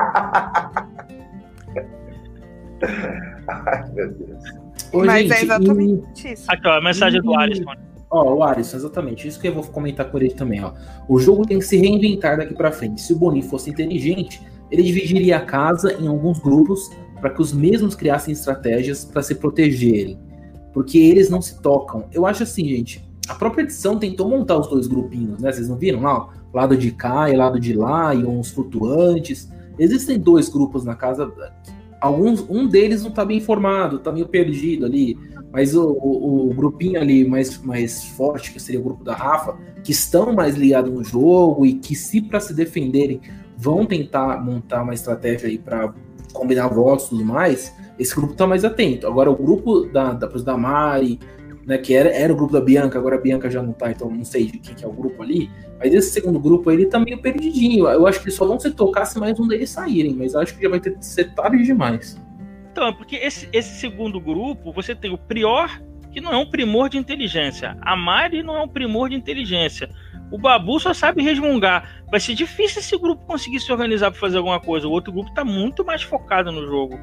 Ai, meu Deus. Ô, Mas gente, é exatamente e... isso. Aqui, ó, a mensagem e... do Alisson. Ó, o Alisson, exatamente. Isso que eu vou comentar com ele também, ó. O jogo tem que se reinventar daqui pra frente. Se o Boninho fosse inteligente, ele dividiria a casa em alguns grupos para que os mesmos criassem estratégias para se protegerem. Porque eles não se tocam. Eu acho assim, gente, a própria edição tentou montar os dois grupinhos, né? Vocês não viram lá? Lado de cá e lado de lá, e uns flutuantes. Existem dois grupos na casa. Alguns, um deles não tá bem formado, tá meio perdido ali. Mas o, o, o grupinho ali mais, mais forte, que seria o grupo da Rafa, que estão mais ligados no jogo e que, se para se defenderem, vão tentar montar uma estratégia aí para combinar votos e tudo mais, esse grupo tá mais atento. Agora, o grupo da, da, da Mari, né, que era, era o grupo da Bianca, agora a Bianca já não tá, então não sei de quem que é o grupo ali, mas esse segundo grupo aí, ele tá meio perdidinho. Eu acho que eles só vão se tocar se mais um deles saírem, mas eu acho que já vai ter que ser tarde demais. Então, é porque esse, esse segundo grupo, você tem o Prior, que não é um primor de inteligência. A Mari não é um primor de inteligência. O Babu só sabe resmungar. Vai ser difícil esse grupo conseguir se organizar para fazer alguma coisa. O outro grupo tá muito mais focado no jogo.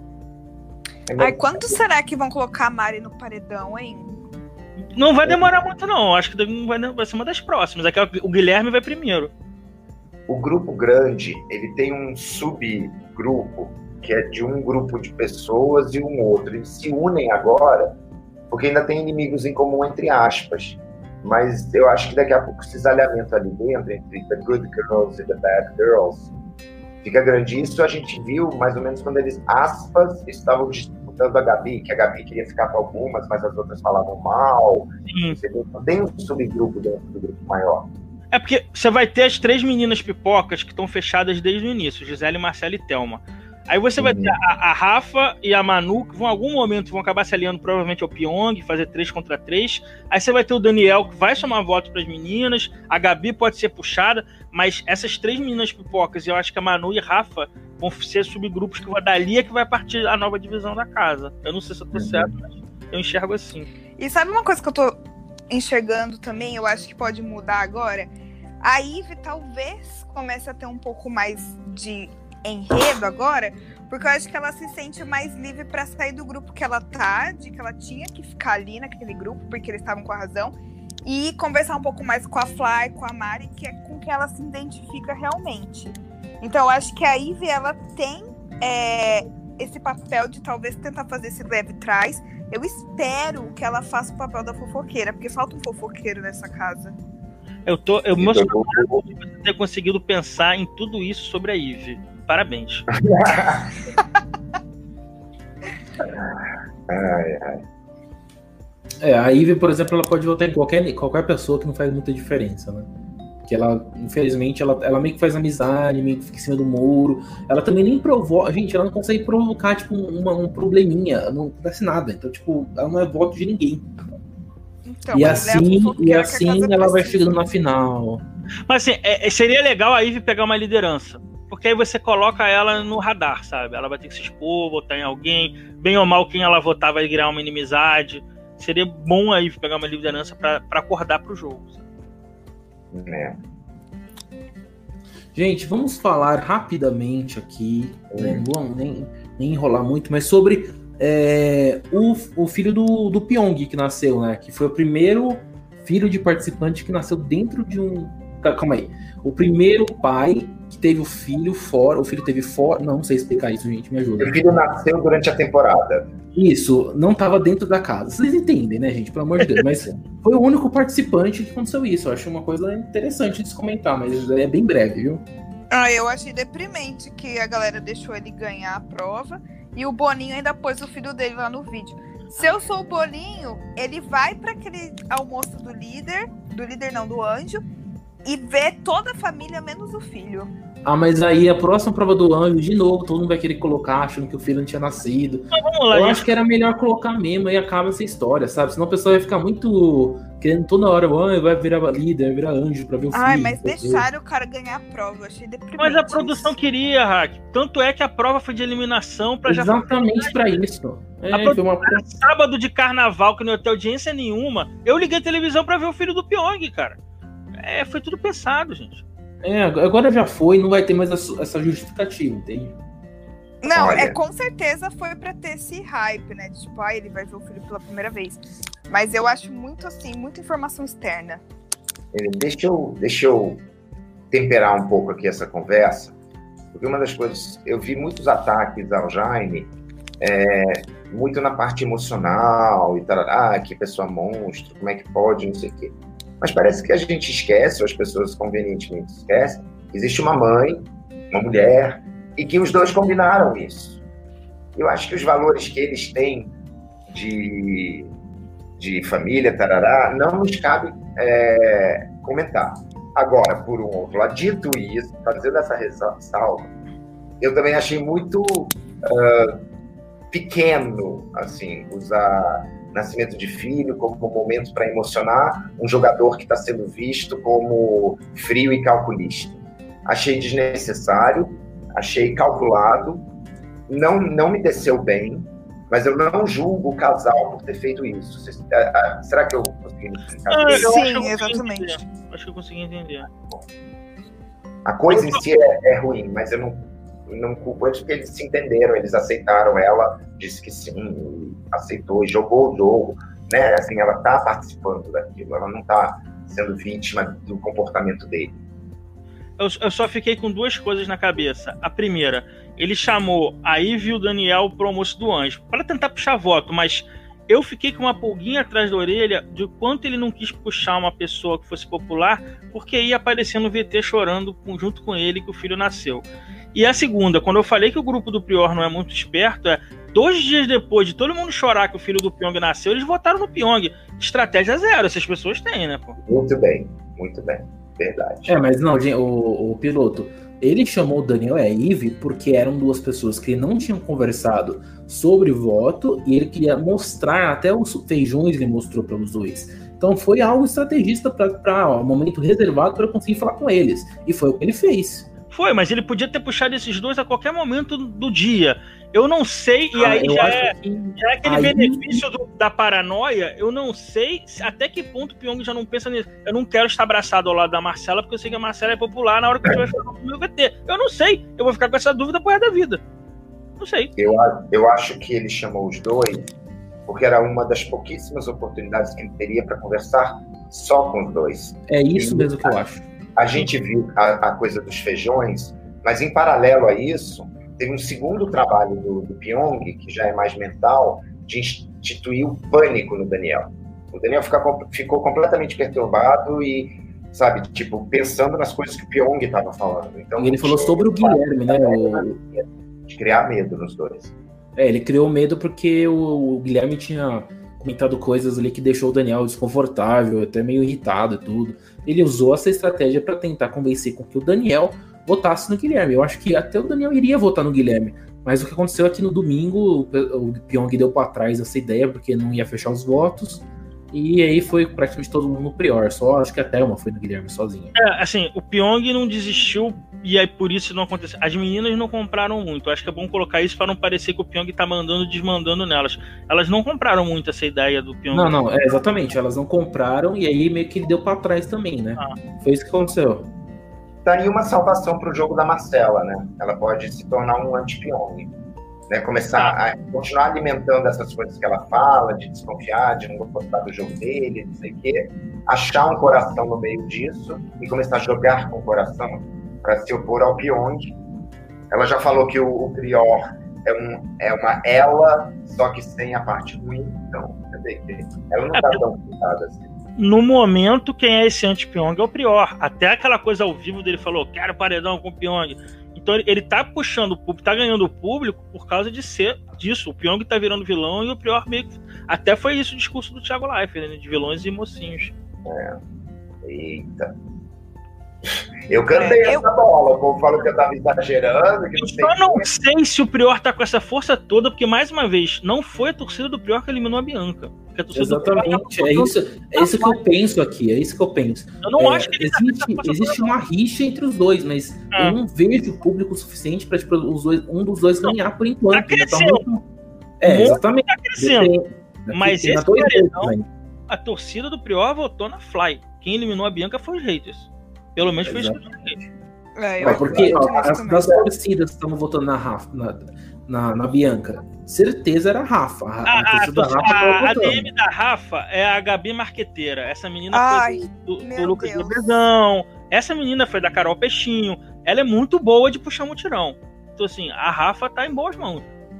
Ai, quando será que vão colocar a Mari no paredão, hein? Não vai demorar muito, não. Acho que vai, vai ser uma das próximas. Aqui, o Guilherme vai primeiro. O grupo grande, ele tem um subgrupo, que é de um grupo de pessoas e um outro. Eles se unem agora, porque ainda tem inimigos em comum, entre aspas. Mas eu acho que daqui a pouco esse cisalhamento ali dentro, entre The Good Girls e The Bad Girls, fica grande. Isso a gente viu mais ou menos quando eles, aspas, estavam disputando a Gabi, que a Gabi queria ficar com algumas, mas as outras falavam mal. Então, tem um subgrupo dentro do grupo maior. É porque você vai ter as três meninas pipocas que estão fechadas desde o início, Gisele, Marcela e Thelma. Aí você vai ter a, a Rafa e a Manu, que vão, em algum momento vão acabar se aliando provavelmente ao Pyong, fazer três contra três. Aí você vai ter o Daniel, que vai somar votos para as meninas. A Gabi pode ser puxada, mas essas três meninas pipocas, eu acho que a Manu e a Rafa vão ser subgrupos que vai dali é que vai partir a nova divisão da casa. Eu não sei se eu tô uhum. certo, mas eu enxergo assim. E sabe uma coisa que eu tô enxergando também, eu acho que pode mudar agora? A Ivy talvez comece a ter um pouco mais de enredo agora, porque eu acho que ela se sente mais livre para sair do grupo que ela tá, de que ela tinha que ficar ali naquele grupo, porque eles estavam com a razão, e conversar um pouco mais com a Fly, com a Mari, que é com quem ela se identifica realmente. Então eu acho que a Ivy, ela tem é, esse papel de talvez tentar fazer esse leve trás. Eu espero que ela faça o papel da fofoqueira, porque falta um fofoqueiro nessa casa. Eu tô eu emocionado de você ter conseguido pensar em tudo isso sobre a Ivy. Parabéns. ai, ai. É, a Ivy, por exemplo, ela pode votar em qualquer, qualquer pessoa que não faz muita diferença, né? Porque ela, infelizmente, ela, ela meio que faz amizade, meio que fica em cima do muro. Ela também nem provoca. Gente, ela não consegue provocar, tipo, uma, um probleminha. Não acontece nada. Então, tipo, ela não é voto de ninguém. Então, e assim, e assim ela vai chegando na final. Mas assim, é, seria legal a Ivy pegar uma liderança. Porque aí você coloca ela no radar, sabe? Ela vai ter que se expor, votar em alguém. Bem ou mal, quem ela votar vai criar uma inimizade. Seria bom a Ivy pegar uma liderança pra, pra acordar pro jogo, sabe? É. Gente, vamos falar rapidamente aqui, é. né? Não vamos nem, nem enrolar muito, mas sobre é, o, o filho do, do Pyong que nasceu, né? Que foi o primeiro filho de participante que nasceu dentro de um... Calma aí. O primeiro pai que teve o filho fora, o filho teve fora... Não, não sei explicar isso, gente, me ajuda. O filho nasceu durante a temporada. Isso, não estava dentro da casa. Vocês entendem, né, gente? Pelo amor de Deus. Mas foi o único participante que aconteceu isso. Eu acho uma coisa interessante de se comentar, mas é bem breve, viu? Ah, eu achei deprimente que a galera deixou ele ganhar a prova e o Boninho ainda pôs o filho dele lá no vídeo. Se eu sou o Boninho, ele vai para aquele almoço do líder, do líder não, do anjo, e ver toda a família, menos o filho. Ah, mas aí a próxima prova do anjo, de novo, todo mundo vai querer colocar, achando que o filho não tinha nascido. Então, vamos lá, Eu gente. acho que era melhor colocar mesmo e acaba essa história, sabe? Senão o pessoal vai ficar muito querendo toda hora, o anjo vai virar líder, vai virar anjo pra ver o filho. Ai, mas deixaram o cara ganhar a prova, eu achei deprimente. Mas a produção isso. queria, Hack. Tanto é que a prova foi de eliminação pra já. Exatamente pra isso. É, A foi uma... Sábado de carnaval, que não ia ter audiência nenhuma, eu liguei a televisão pra ver o filho do Pyong, cara. É, foi tudo pensado, gente. É, agora já foi, não vai ter mais essa justificativa, entende? Não, Olha. é com certeza foi pra ter esse hype, né? De tipo, ah, ele vai ver o filho pela primeira vez. Mas eu acho muito assim, muita informação externa. Deixa eu, deixa eu temperar um pouco aqui essa conversa, porque uma das coisas, eu vi muitos ataques ao Jaime, é, muito na parte emocional e tal, ah, que pessoa monstro, como é que pode, não sei o quê. Mas parece que a gente esquece, ou as pessoas convenientemente esquecem, que existe uma mãe, uma mulher, e que os dois combinaram isso. Eu acho que os valores que eles têm de, de família, tarará, não nos cabe é, comentar. Agora, por um outro lado, dito isso, fazendo essa ressalva, eu também achei muito uh, pequeno, assim, usar nascimento de filho como momento para emocionar um jogador que está sendo visto como frio e calculista. Achei desnecessário, achei calculado, não, não me desceu bem, mas eu não julgo o casal por ter feito isso. Vocês, uh, uh, será que eu consegui me explicar? Ah, eu Sim, acho que eu exatamente. consegui entender. Acho que eu consegui entender. A coisa em si é, é ruim, mas eu não, não culpo eles porque eles se entenderam, eles aceitaram, ela disse que sim, aceitou e jogou o jogo, né? Assim, ela está participando daquilo, ela não está sendo vítima do comportamento dele. Eu, eu só fiquei com duas coisas na cabeça. A primeira, ele chamou a Ivy e o Daniel pro almoço do anjo para tentar puxar voto, mas eu fiquei com uma pulguinha atrás da orelha de quanto ele não quis puxar uma pessoa que fosse popular, porque ia aparecer no V T chorando junto com ele que o filho nasceu. E a segunda, quando eu falei que o grupo do Prior não é muito esperto, é dois dias depois de todo mundo chorar que o filho do Pyong nasceu, eles votaram no Pyong. Estratégia zero, essas pessoas têm, né, pô? Muito bem, muito bem, verdade. É, mas não, gente, o, o piloto, ele chamou o Daniel e a Ivy porque eram duas pessoas que não tinham conversado sobre voto e ele queria mostrar, até os feijões ele mostrou para os dois. Então foi algo estrategista para um momento reservado para conseguir falar com eles. E foi o que ele fez. Foi, mas ele podia ter puxado esses dois a qualquer momento do dia. Eu não sei, e Ah, aí eu já acho é, que já é aquele aí- benefício do- da paranoia. Eu não sei se- até que ponto o Pyong já não pensa nisso. Eu não quero estar abraçado ao lado da Marcela, porque eu sei que a Marcela é popular na hora que eu estiver falando no meu V T. Eu não sei, eu vou ficar com essa dúvida pro resto da vida. Não sei. Eu, a- eu acho que ele chamou os dois porque era uma das pouquíssimas oportunidades que ele teria para conversar só com os dois. É isso mesmo que eu acho. A gente viu a, a coisa dos feijões, mas em paralelo a isso, teve um segundo trabalho do, do Pyong, que já é mais mental, de instituir o pânico no Daniel. O Daniel fica, ficou completamente perturbado e, sabe, tipo, pensando nas coisas que o Pyong estava falando. Então, E ele falou sobre o Guilherme, né? O, de criar medo nos dois. é, ele criou medo porque o, o Guilherme tinha comentado coisas ali que deixou o Daniel desconfortável, até meio irritado e tudo. Ele usou essa estratégia para tentar convencer com que o Daniel votasse no Guilherme. Eu acho que até o Daniel iria votar no Guilherme. Mas o que aconteceu aqui no domingo, o Pyong deu para trás essa ideia porque não ia fechar os votos. E aí foi praticamente todo mundo no Prior. Só acho que a Thelma foi no Guilherme sozinha. É, assim, o Pyong não desistiu e aí por isso não aconteceu. As meninas não compraram muito. Acho que é bom colocar isso para não parecer que o Pyong tá mandando, desmandando nelas. Elas não compraram muito essa ideia do Pyong. Não, não, é exatamente. Elas não compraram e aí meio que ele deu para trás também, né? Ah. Foi isso que aconteceu. Tá aí uma salvação para o jogo da Marcela, né? Ela pode se tornar um anti-Pyong, né? Começar a continuar alimentando essas coisas que ela fala, de desconfiar, de não gostar do jogo dele, não sei o quê, achar um coração no meio disso e começar a jogar com o coração para se opor ao Pyong. Ela já falou que o, o Prior é, um, é uma ela, só que sem a parte ruim, então, ela não tá tão cuidada assim. No momento, quem é esse anti-Pyong é o Prior. Até aquela coisa ao vivo dele falou, quero paredão com o Pyong. Então ele tá puxando o público, tá ganhando o público por causa de ser disso. O Pyong tá virando vilão e o Prior meio que... Até foi isso o discurso do Thiago Leifert, né? De vilões e mocinhos. É. Eita. Eu cantei É, essa bola, o povo falou que eu tava exagerando. Que Eu não sei só o não quê. sei se o Prior tá com essa força toda, porque, mais uma vez, não foi a torcida do Prior que eliminou a Bianca. Porque a torcida do Prior Exatamente, tá é isso, é isso que eu penso aqui, é isso que eu penso. Eu não É, acho que ele existe, tá com essa existe uma rixa entre os dois, mas Ah. eu não vejo público suficiente para tipo, os dois, um dos dois ganhar por enquanto. Tá Ainda tá crescendo. muito... É, Muito exatamente. tá crescendo. Depende. Daqui Mas tem esse dois paredão- dedos, né? A torcida do Prior votou na Fly. Quem eliminou a Bianca foi os haters. Pelo menos foi isso que eu falei. É, eu Mas porque ó, acredito nisso as, também. das torcidas que estavam votando na Rafa, na, na, na Bianca, certeza era a Rafa. A, a A, a, torcida da Rafa a, tava a votando. D M da Rafa é a Gabi Marqueteira. Essa menina Ai, foi do, do, meu do Lucas Deus. Lebezão. Essa menina foi da Carol Peixinho. Ela é muito boa de puxar mutirão. Então, assim, a Rafa tá em boas mãos.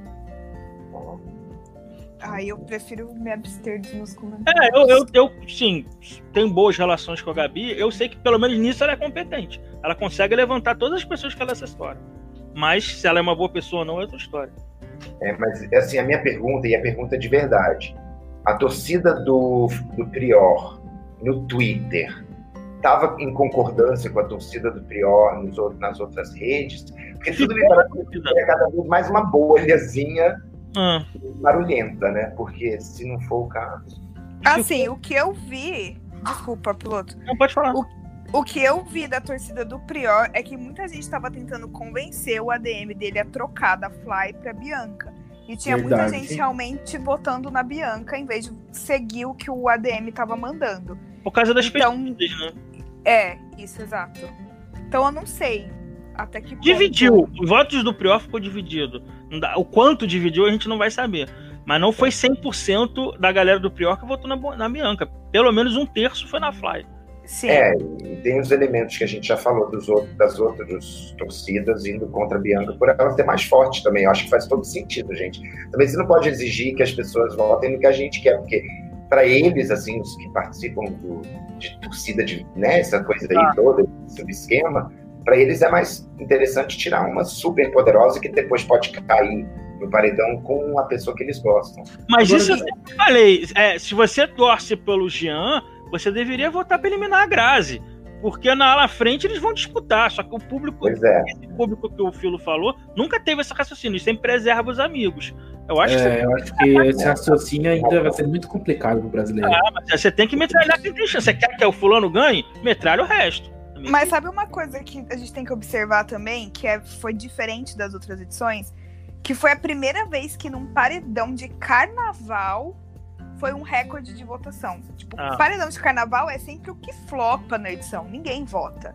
Ai, eu prefiro me abster dos meus comentários. É, eu, eu, eu, sim, tenho boas relações com a Gabi. Eu sei que pelo menos nisso ela é competente. Ela consegue levantar todas as pessoas que ela é essa história. Mas se ela é uma boa pessoa ou não, é outra história. É, mas assim, a minha pergunta, e a pergunta de verdade, a torcida do, do Prior no Twitter estava em concordância com a torcida do Prior nos, outros- nas outras redes? Porque tudo me parece que é cada vez mais uma bolhazinha Ah, barulhenta, né? Porque se não for o caso... Assim, o que eu vi. Desculpa, piloto. não pode falar. O que eu vi da torcida do Prior é que muita gente estava tentando convencer o A D M dele a trocar da Fly pra Bianca. E tinha Verdade. muita gente realmente votando na Bianca em vez de seguir o que o A D M tava mandando. Por causa das Então- pesquisas, né? É, isso, exato. Então eu não sei até que ponto... Dividiu. Os votos do Prior ficou dividido. Não dá- O quanto dividiu a gente não vai saber. Mas não foi cem por cento da galera do Prior que votou na, Bo- na Bianca. Pelo menos um terço foi na Fly. Sim. É, e tem os elementos que a gente já falou dos outros, das outras torcidas indo contra a Bianca por ela ser mais forte também. Eu acho que faz todo sentido, gente. Também você não pode exigir que as pessoas votem no que a gente quer, porque para eles, assim, os que participam do, de torcida, de, né, essa coisa aí Ah. toda, esse esquema, para eles é mais interessante tirar uma super poderosa que depois pode cair no paredão com a pessoa que eles gostam. Mas Agora, isso eu sempre falei. É, se você torce pelo Jean, você deveria votar para eliminar a Grazi. Porque na ala frente eles vão disputar. Só que o público, Pois é. esse público que o Filo falou, nunca teve esse raciocínio. Sempre preserva os amigos. Eu acho que É, eu acho que esse raciocínio ainda vai ser muito complicado pro brasileiro. você, você tem que metralhar quem tem chance. Você quer que o fulano ganhe? Metralha o resto. Mas sabe uma coisa que a gente tem que observar também, que é, foi diferente das outras edições? Que foi a primeira vez que num paredão de carnaval foi um recorde de votação. Tipo, Ah. paredão de carnaval é sempre o que flopa na edição. Ninguém vota.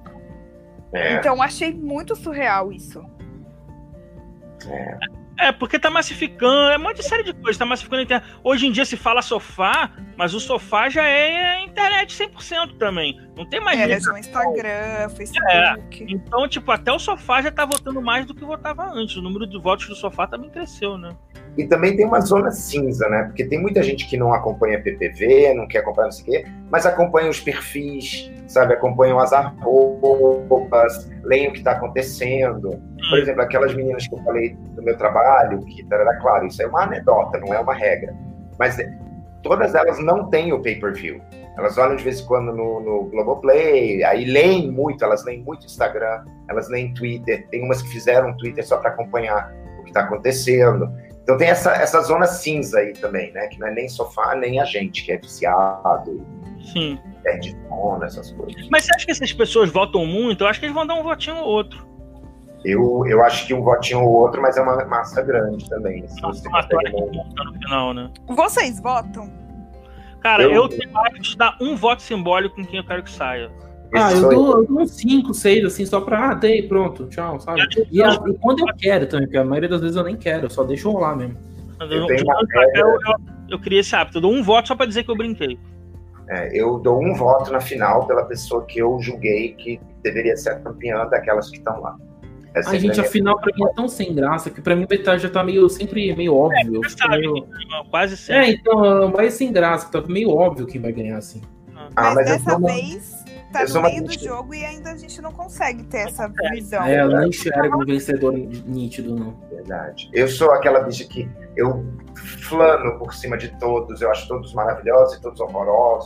É, Então achei muito surreal isso. é. É, porque tá massificando, é um monte de série de coisas, tá massificando a internet. Hoje em dia se fala sofá, mas o sofá já é internet cem por cento também. Não tem mais É, jeito. no Instagram, Facebook. Então, tipo, até o sofá já tá votando mais do que votava antes. O número de votos do sofá também cresceu, né? E também tem uma zona cinza, né? Porque tem muita gente que não acompanha P P V, não quer acompanhar não sei o quê, mas acompanha os perfis, sabe? Acompanham as arrobas, leem o que está acontecendo. Por exemplo, aquelas meninas que eu falei do meu trabalho, que era claro, isso é uma anedota, não é uma regra. Mas todas elas não têm o pay-per-view. Elas olham de vez em quando no, no Globoplay, aí leem muito, elas leem muito Instagram, elas leem Twitter. Tem umas que fizeram Twitter só para acompanhar o que está acontecendo. Então tem essa, essa zona cinza aí também, né? Que não é nem sofá, nem a gente, que é viciado, Sim. perde sono, essas coisas. Mas você acha que essas pessoas votam muito? Eu acho que eles vão dar um votinho ou outro. Eu, eu acho que um votinho ou outro, mas é uma massa grande também. Se Nossa, você uma consegue vitória que monta no final, né? Vocês votam? Cara, Eu- eu, tenho que dar um voto simbólico com quem eu quero que saia. Ah, Esse eu sou dou, eu dou uns cinco, seis, assim, só pra, ah, dei, pronto, tchau, sabe? E, a- e quando eu quero também, porque a maioria das vezes eu nem quero, eu só deixo rolar mesmo. Eu, Eu tenho de uma um pra cá, regra. eu, eu, eu criei esse hábito. Eu dou um voto só pra dizer que eu brinquei. É, eu dou um voto na final pela pessoa que eu julguei que deveria ser a campeã daquelas que estão lá. É Ai, sempre gente, a minha- afinal, pra mim é tão sem graça que pra mim metade já tá meio, sempre meio óbvio. eu Você fico sabe, meio- quase sempre. É, então, mas sem graça, tá meio óbvio quem vai ganhar, assim. Ah, mas, mas eu dessa sou uma- vez tá eu sou no uma meio do mentira. jogo e ainda a gente não consegue ter essa visão. É, ela não enxerga um vencedor nítido, não. Verdade. Eu sou aquela bicha que eu flano por cima de todos, eu acho todos maravilhosos e todos horrorosos.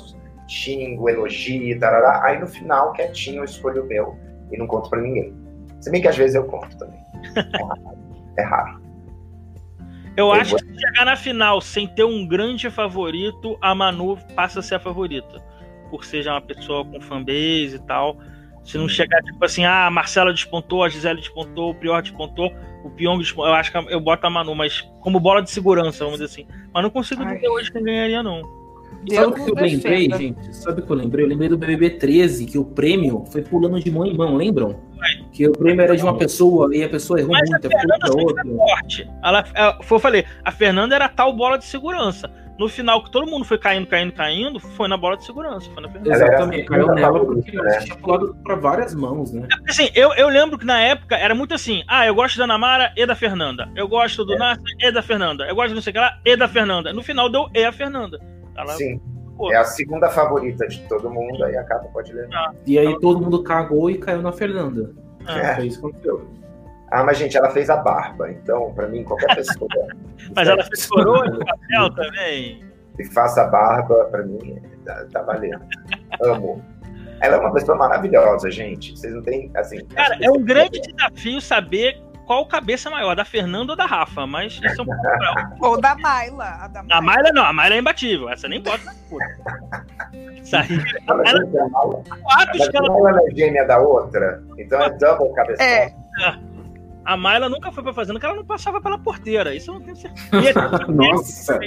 xingo, elogio, tarará. Aí no final, quietinho, eu escolho o meu e não conto pra ninguém. Se bem que às vezes eu conto também. É raro. É raro. Eu, eu acho vou... que se chegar na final sem ter um grande favorito, a Manu passa a ser a favorita. Por ser já uma pessoa com fanbase e tal. Se não chegar, tipo assim, ah, a Marcela despontou, a Gisele despontou, o Prior despontou, o Pyong despontou, eu acho que eu boto a Manu, mas como bola de segurança, vamos dizer assim. Mas não consigo Ai. dizer hoje quem ganharia, não. Sabe o que eu lembrei, gente? Sabe o que eu lembrei? Eu lembrei do B B B treze, que o prêmio foi pulando de mão em mão, lembram? Ai. Que o prêmio era de uma pessoa e a pessoa errou mas muito, a Fernanda foi outra. Forte. Ela, ela, foi, eu falei, a Fernanda era tal bola de segurança. No final, que todo mundo foi caindo, caindo, caindo, foi na bola de segurança. Foi na Fernanda. Exatamente, caiu nela porque ela tinha pulado pra várias mãos, né? Assim, eu, eu lembro que na época era muito assim, ah, eu gosto da Ana Mara e da Fernanda. Eu gosto do é. Nasser e da Fernanda. Eu gosto do não sei o que lá e da Fernanda. No final deu e a Fernanda. Ela, Sim. Pô. É a segunda favorita de todo mundo, aí acaba, pode levar. Ah, e aí todo mundo cagou e caiu na Fernanda. É. Foi isso que aconteceu. Ah, mas gente, ela fez a barba, então, pra mim, qualquer pessoa. Mas ela fez coroa de papel também. E faça a barba, pra mim, tá, tá valendo. Amo. Ela é uma pessoa maravilhosa, gente. Vocês não têm, assim... Cara, é um grande desafio saber qual cabeça maior, da Fernanda ou da Rafa, mas isso é um pouco... Ou da Mayla. A da Mayla. A Mayla não, a Mayla é imbatível. Essa nem bota na puta. Isso aí... Ela, ela, ela, ela, que ela... ela é gêmea da outra, então é double cabeça. É. é. A Mayla nunca foi pra fazenda porque ela não passava pela porteira. Isso eu não tenho certeza. Nossa!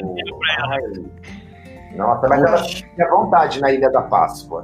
Nossa, mas ela tinha vontade na Ilha da Páscoa.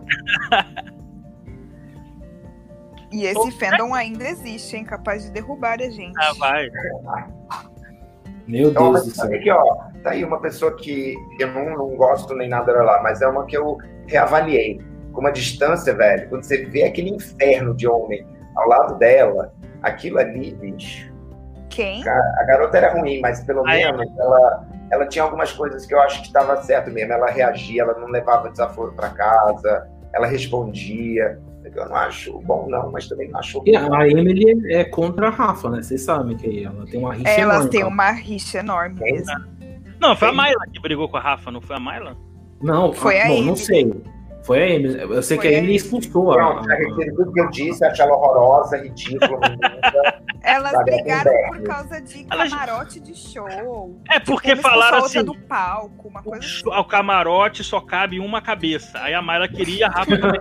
E esse fandom ainda existe, hein? Capaz de derrubar a gente. Ah, vai. Meu então, Deus do céu. Aqui, ó, tá aí uma pessoa que eu não, não gosto nem nada lá, mas é uma que eu reavaliei. Com uma distância, velho, quando você vê aquele inferno de homem ao lado dela, aquilo ali, bicho. Quem? A, a garota era ruim, mas pelo Aí, menos ela, ela tinha algumas coisas que eu acho que estava certo mesmo. Ela reagia, ela não levava desaforo para casa, ela respondia. Eu não acho bom, não, mas também não acho e a Emily é contra a Rafa, né? Vocês sabem que ela tem uma rixa Elas enorme. Elas têm uma rixa enorme é. mesmo. Não, foi a Mayla que brigou com a Rafa, não foi a Mayla? Não, foi a, a bom, Emily. Não sei. Foi a Emily. Eu sei foi que a Emily expulsou não, a... Já retiro tudo que eu disse, acho ela horrorosa, ridícula. Elas sabe, brigaram por causa de camarote de show. É porque falaram assim... do palco, uma coisa o, assim. O camarote só cabe uma cabeça. Aí a Mayla queria a Rafa também.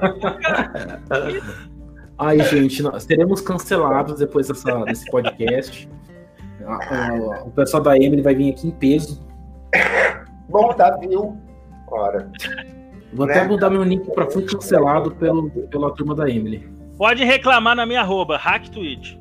Ai, gente, nós seremos cancelados depois dessa, desse podcast. O pessoal da Emily vai vir aqui em peso. Bom, tá, viu? Ora. Vou né? até mudar meu nick pra fui cancelado pelo, pela turma da Emily. Pode reclamar na minha arroba, hack Twitch.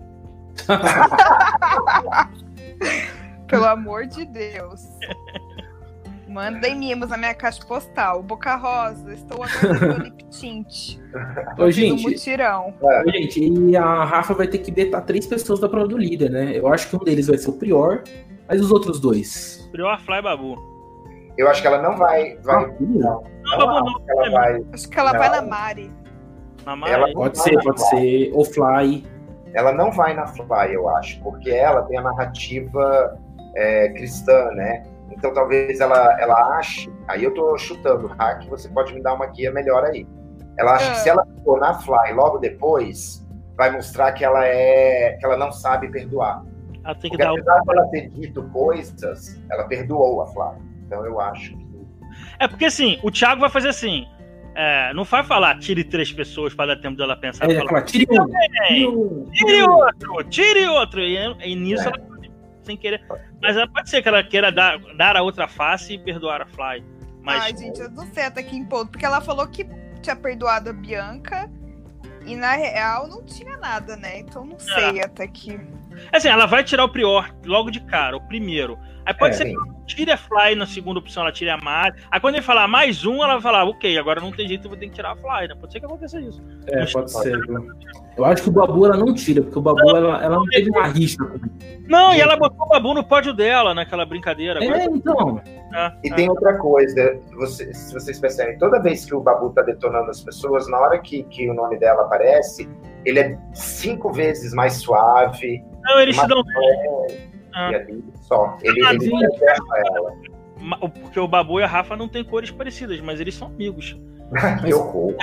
Pelo amor de Deus. Mandem mimos na minha caixa postal. Boca Rosa, estou aguardando o lip tint. Ô, gente, mutirão. Ô, gente, e a Rafa vai ter que betar três pessoas da prova do líder, né? Eu acho que um deles vai ser o Prior, mas os outros dois? Prior, Fly e Babu. Eu acho que ela não vai. vai ah, não, não, não, não, acho que ela vai. Acho que ela não. vai na Mari. Na Mari? Ela pode ser, pode Fly. ser. Ou Fly. Ela não vai na Fly, eu acho, porque ela tem a narrativa é, cristã, né? Então talvez ela, ela ache. Aí eu tô chutando, Hack, você pode me dar uma guia melhor aí. Ela acha é. que se ela for na Fly logo depois, vai mostrar que ela é. que ela não sabe perdoar. Ela tem que porque dar apesar de ela ter dito coisas, ela perdoou a Fly. Então eu acho que... É porque assim, o Thiago vai fazer assim, é, não vai falar tire três pessoas para dar tempo dela pensar. É, falar, falar, tire um, tire um, tire outro, tire outro. E, e nisso é. ela pode, sem querer. Mas ela pode ser que ela queira dar, dar a outra face e perdoar a Fly. Mas... Ai, gente, eu não sei até que ponto, porque ela falou que tinha perdoado a Bianca e na real não tinha nada, né? Então não sei é. até que... Assim, ela vai tirar o Prior logo de cara, o primeiro. Aí pode é, ser sim. que ela tire a Fly na segunda opção, ela tire a Mari. Aí quando ele falar mais um, ela vai falar, ok, agora não tem jeito, eu vou ter que tirar a Fly, né? Pode ser que aconteça isso. É, Mas, pode ser. Eu acho que o Babu ela não tira, porque o Babu não, ela, ela não teve uma rixa. Não, e ela botou o Babu no pódio dela, naquela brincadeira. É, então. É, e é. tem outra coisa, você, se vocês percebem, toda vez que o Babu tá detonando as pessoas, na hora que, que o nome dela aparece, ele é cinco vezes mais suave. Não, eles se dão bem. Ah. E ali só. Ele, ele não ela. Porque o Babu e a Rafa não têm cores parecidas, mas eles são amigos. Que horror.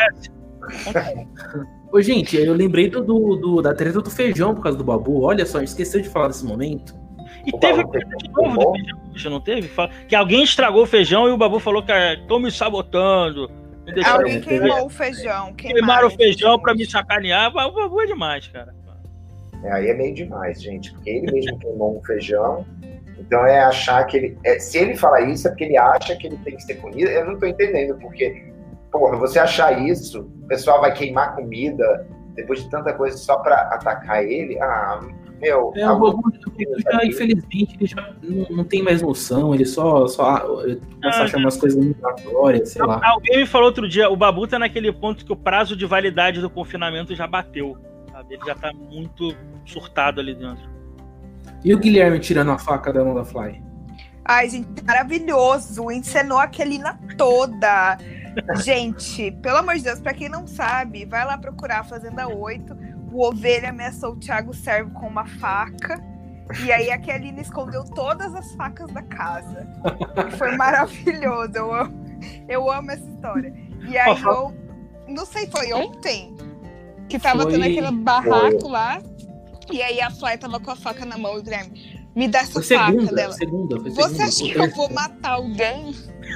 Ô, gente, eu lembrei do, do, do- da treta do feijão por causa do Babu. Olha só, a gente esqueceu de falar desse momento. E O teve Babu coisa de pegou novo do feijão, você não teve? Fala- Que alguém estragou o feijão e o Babu falou que estão me sabotando. Me deixaram Alguém é, queimou o feijão. queimaram o feijão pra me hoje. sacanear. O Babu é demais, cara. É, aí é meio demais, gente, porque ele mesmo queimou um feijão. Então é achar que ele. É, se ele falar isso, é porque ele acha que ele tem que ser punido. Eu não tô entendendo, porque, porra, você achar isso, o pessoal vai queimar comida depois de tanta coisa só pra atacar ele. Ah, meu. É, o Babu, já, infelizmente, ele já não, não tem mais noção, ele só, só começa a achar umas coisas aleatórias, sei lá. Alguém me falou outro dia, o Babu tá naquele ponto que o prazo de validade do confinamento já bateu. Sabe? Ele já tá muito surtado ali dentro. E o Guilherme tirando a faca da mão da Fly? Ai, gente, maravilhoso. Encenou a Kelina toda. Gente, pelo amor de Deus, pra quem não sabe, vai lá procurar a Fazenda oito. O Ovelha ameaçou o Thiago Servo com uma faca. E aí a Kelina escondeu todas as facas da casa. E foi maravilhoso. Eu amo, eu amo essa história. E aí eu não sei, foi ontem que tava Foi- tendo aquele barraco foi. lá. E aí a Fly tava com a faca na mão, o Guilherme. Me dá essa Foi faca segunda, dela. segunda, foi Você segunda. acha que eu vou matar alguém?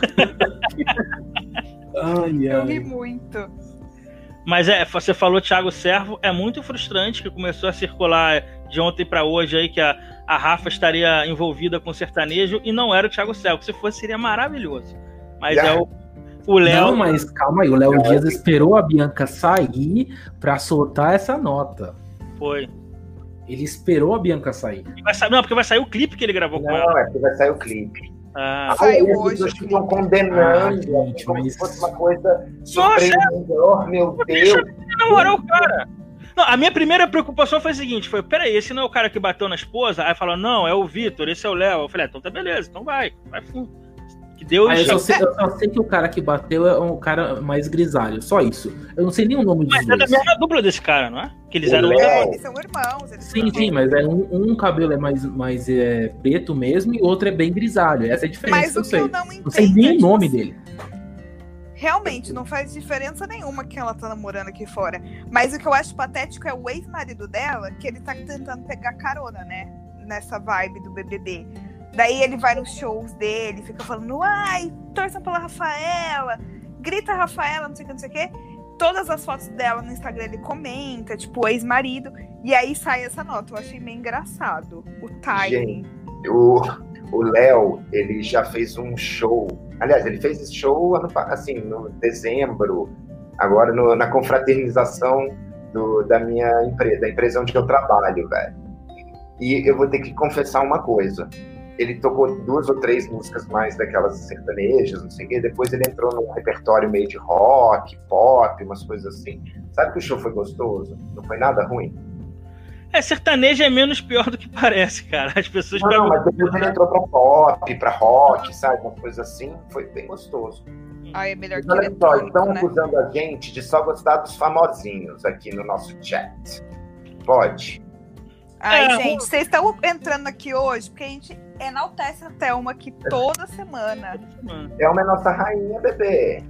Ai, Eu ri ai. muito. Mas é, você falou Thiago Servo, é muito frustrante que começou a circular de ontem pra hoje aí que a, a Rafa estaria envolvida com sertanejo e não era o Thiago Servo. Se fosse, seria maravilhoso. Mas Yeah. é o, o Léo. Não, mas calma aí, o Léo Não, Dias é- esperou a Bianca sair pra soltar essa nota. Foi. Ele esperou a Bianca sair. Vai sa... Não, porque vai sair o clipe que ele gravou com ela. Não, é porque vai sair o clipe. Ah, Saiu Aí as hoje pessoas o ficam clipe. condenando, Ah, gente, como mas- se fosse uma coisa surpreendente. Meu Deus. namorou o cara. Não, a minha primeira preocupação foi a seguinte: foi, peraí, esse não é o cara que bateu na esposa? Aí falou, não, é o Vitor, esse é o Léo. Eu falei, ah, então tá beleza, então vai, vai fundo. Que Deus. Ah, eu, só sei, eu só sei que o cara que bateu é um cara mais grisalho, só isso. Eu não sei nem o nome dos Mas é da dois. mesma dupla desse cara, não é? Que eles O eram. Léo. É, eles são irmãos. Eles Sim, são sim, mas é um, um cabelo é mais, mais é, preto mesmo e o outro é bem grisalho. Essa é a diferença Mas que eu o que sei. eu não entendo. Não sei nem é, o tipo nome assim, dele. Realmente, não faz diferença nenhuma que ela tá namorando aqui fora. Mas o que eu acho patético é o ex-marido dela, que ele tá tentando pegar carona, né? Nessa vibe do B B B. Daí ele vai nos shows dele, fica falando, ai, torçam pela Rafaela, grita Rafaela, não sei o que, não sei o que. Todas as fotos dela no Instagram ele comenta, tipo, ex-marido. E aí sai essa nota. Eu achei meio engraçado o timing. O o Léo, ele já fez um show. Aliás, ele fez esse show ano, pa- assim, no dezembro, agora no- na confraternização do- da minha empresa, da empresa onde eu trabalho, velho. E eu vou ter que confessar uma coisa. Ele tocou duas ou três músicas mais daquelas sertanejas, não sei o quê. Depois ele entrou num repertório meio de rock, pop, umas coisas assim. Sabe que o show foi gostoso? Não foi nada ruim? É, sertanejo é menos pior do que parece, cara. As pessoas Não, pegam. mas depois ele entrou pra pop, pra rock, sabe? Uma coisa assim. Foi bem gostoso. Ai, é melhor que Olha só, eletrônico, estão né? acusando a gente de só gostar dos famosinhos aqui no nosso chat. Pode? Ai, É, gente, vocês estão entrando aqui hoje porque a gente enaltece a Thelma aqui toda semana. Thelma é nossa rainha, bebê.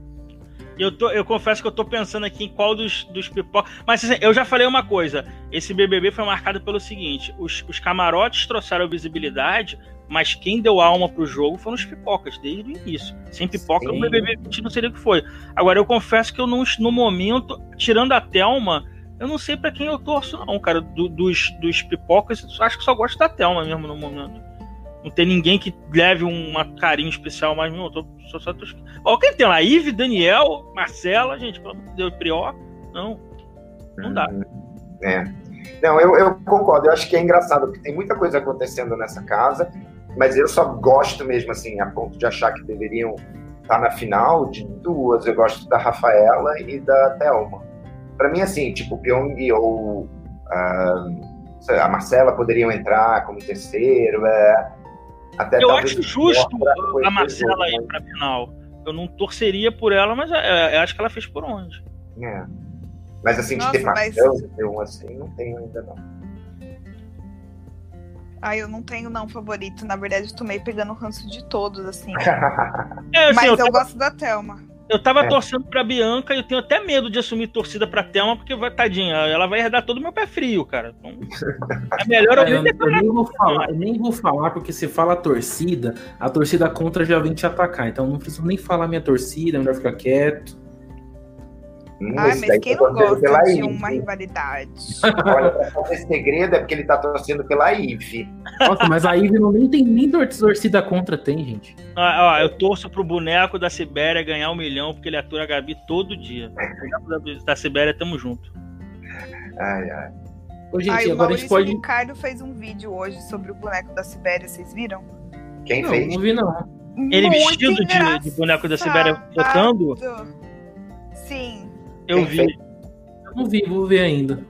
Eu, tô, eu confesso que eu tô pensando aqui em qual dos, dos pipocas. Mas assim, eu já falei uma coisa: esse B B B foi marcado pelo seguinte: os, os camarotes trouxeram visibilidade, mas quem deu alma pro jogo foram os pipocas, desde o início. Sem pipoca, Sim. o B B B vinte não seria o que foi. Agora, eu confesso que eu não, no momento, tirando a Thelma, eu não sei pra quem eu torço, não, cara. Do, dos, dos pipocas, acho que só gosto da Thelma mesmo no momento. Não tem ninguém que leve um carinho especial, mas não, eu tô, só, só tô... Ó, quem tem lá? Ive, Daniel, Marcela, gente, pelo amor de Deus, Prió. Não, não dá. É. Não, eu, eu concordo. Eu acho que é engraçado, porque tem muita coisa acontecendo nessa casa, mas eu só gosto mesmo, assim, a ponto de achar que deveriam estar na final de duas. Eu gosto da Rafaela e da Thelma. Pra mim, assim, tipo, o Pyong ou uh, a Marcela poderiam entrar como terceiro. É, até Eu talvez acho justo outra coisa a Marcela do- ir pra final. Eu não torceria por ela, mas é, eu acho que ela fez por onde. É. Mas assim, Nossa, de ter mas- papel, de ter um assim, não tenho ainda não. Ai, eu não tenho não favorito. Na verdade, eu tô meio pegando o ranço de todos, assim. É, assim, Mas eu, eu tenho, gosto da Thelma. Eu tava É. torcendo pra Bianca e eu tenho até medo de assumir torcida pra Thelma, porque, vai, tadinha, ela vai herdar todo o meu pé frio, cara. Então, é melhor eu... Eu, eu nem vou falar, eu nem vou falar, porque se fala torcida, a torcida contra já vem te atacar. Então não preciso nem falar minha torcida, é melhor ficar quieto. Hum, Ai, esse mas daí quem tá não torcendo gosta pela de Ivy. uma rivalidade? Olha, pra fazer segredo é porque ele tá torcendo pela Ivy. Nossa, mas a Ivy não nem tem nem tor- torcida contra, tem, gente. Ah, ó, eu torço pro boneco da Sibéria ganhar um milhão, porque ele atura a Gabi todo dia. O boneco da Sibéria, tamo junto. Ai, ai. Ô, gente, Ai, o agora a gente Maurício pode. Ricardo fez um vídeo hoje sobre o boneco da Sibéria, vocês viram? Quem Não, fez? não vi, não. Ele Muito vestido de, de boneco da Sibéria votando, Sim. eu Quem vi. fez? Eu não vi, vou ver ainda.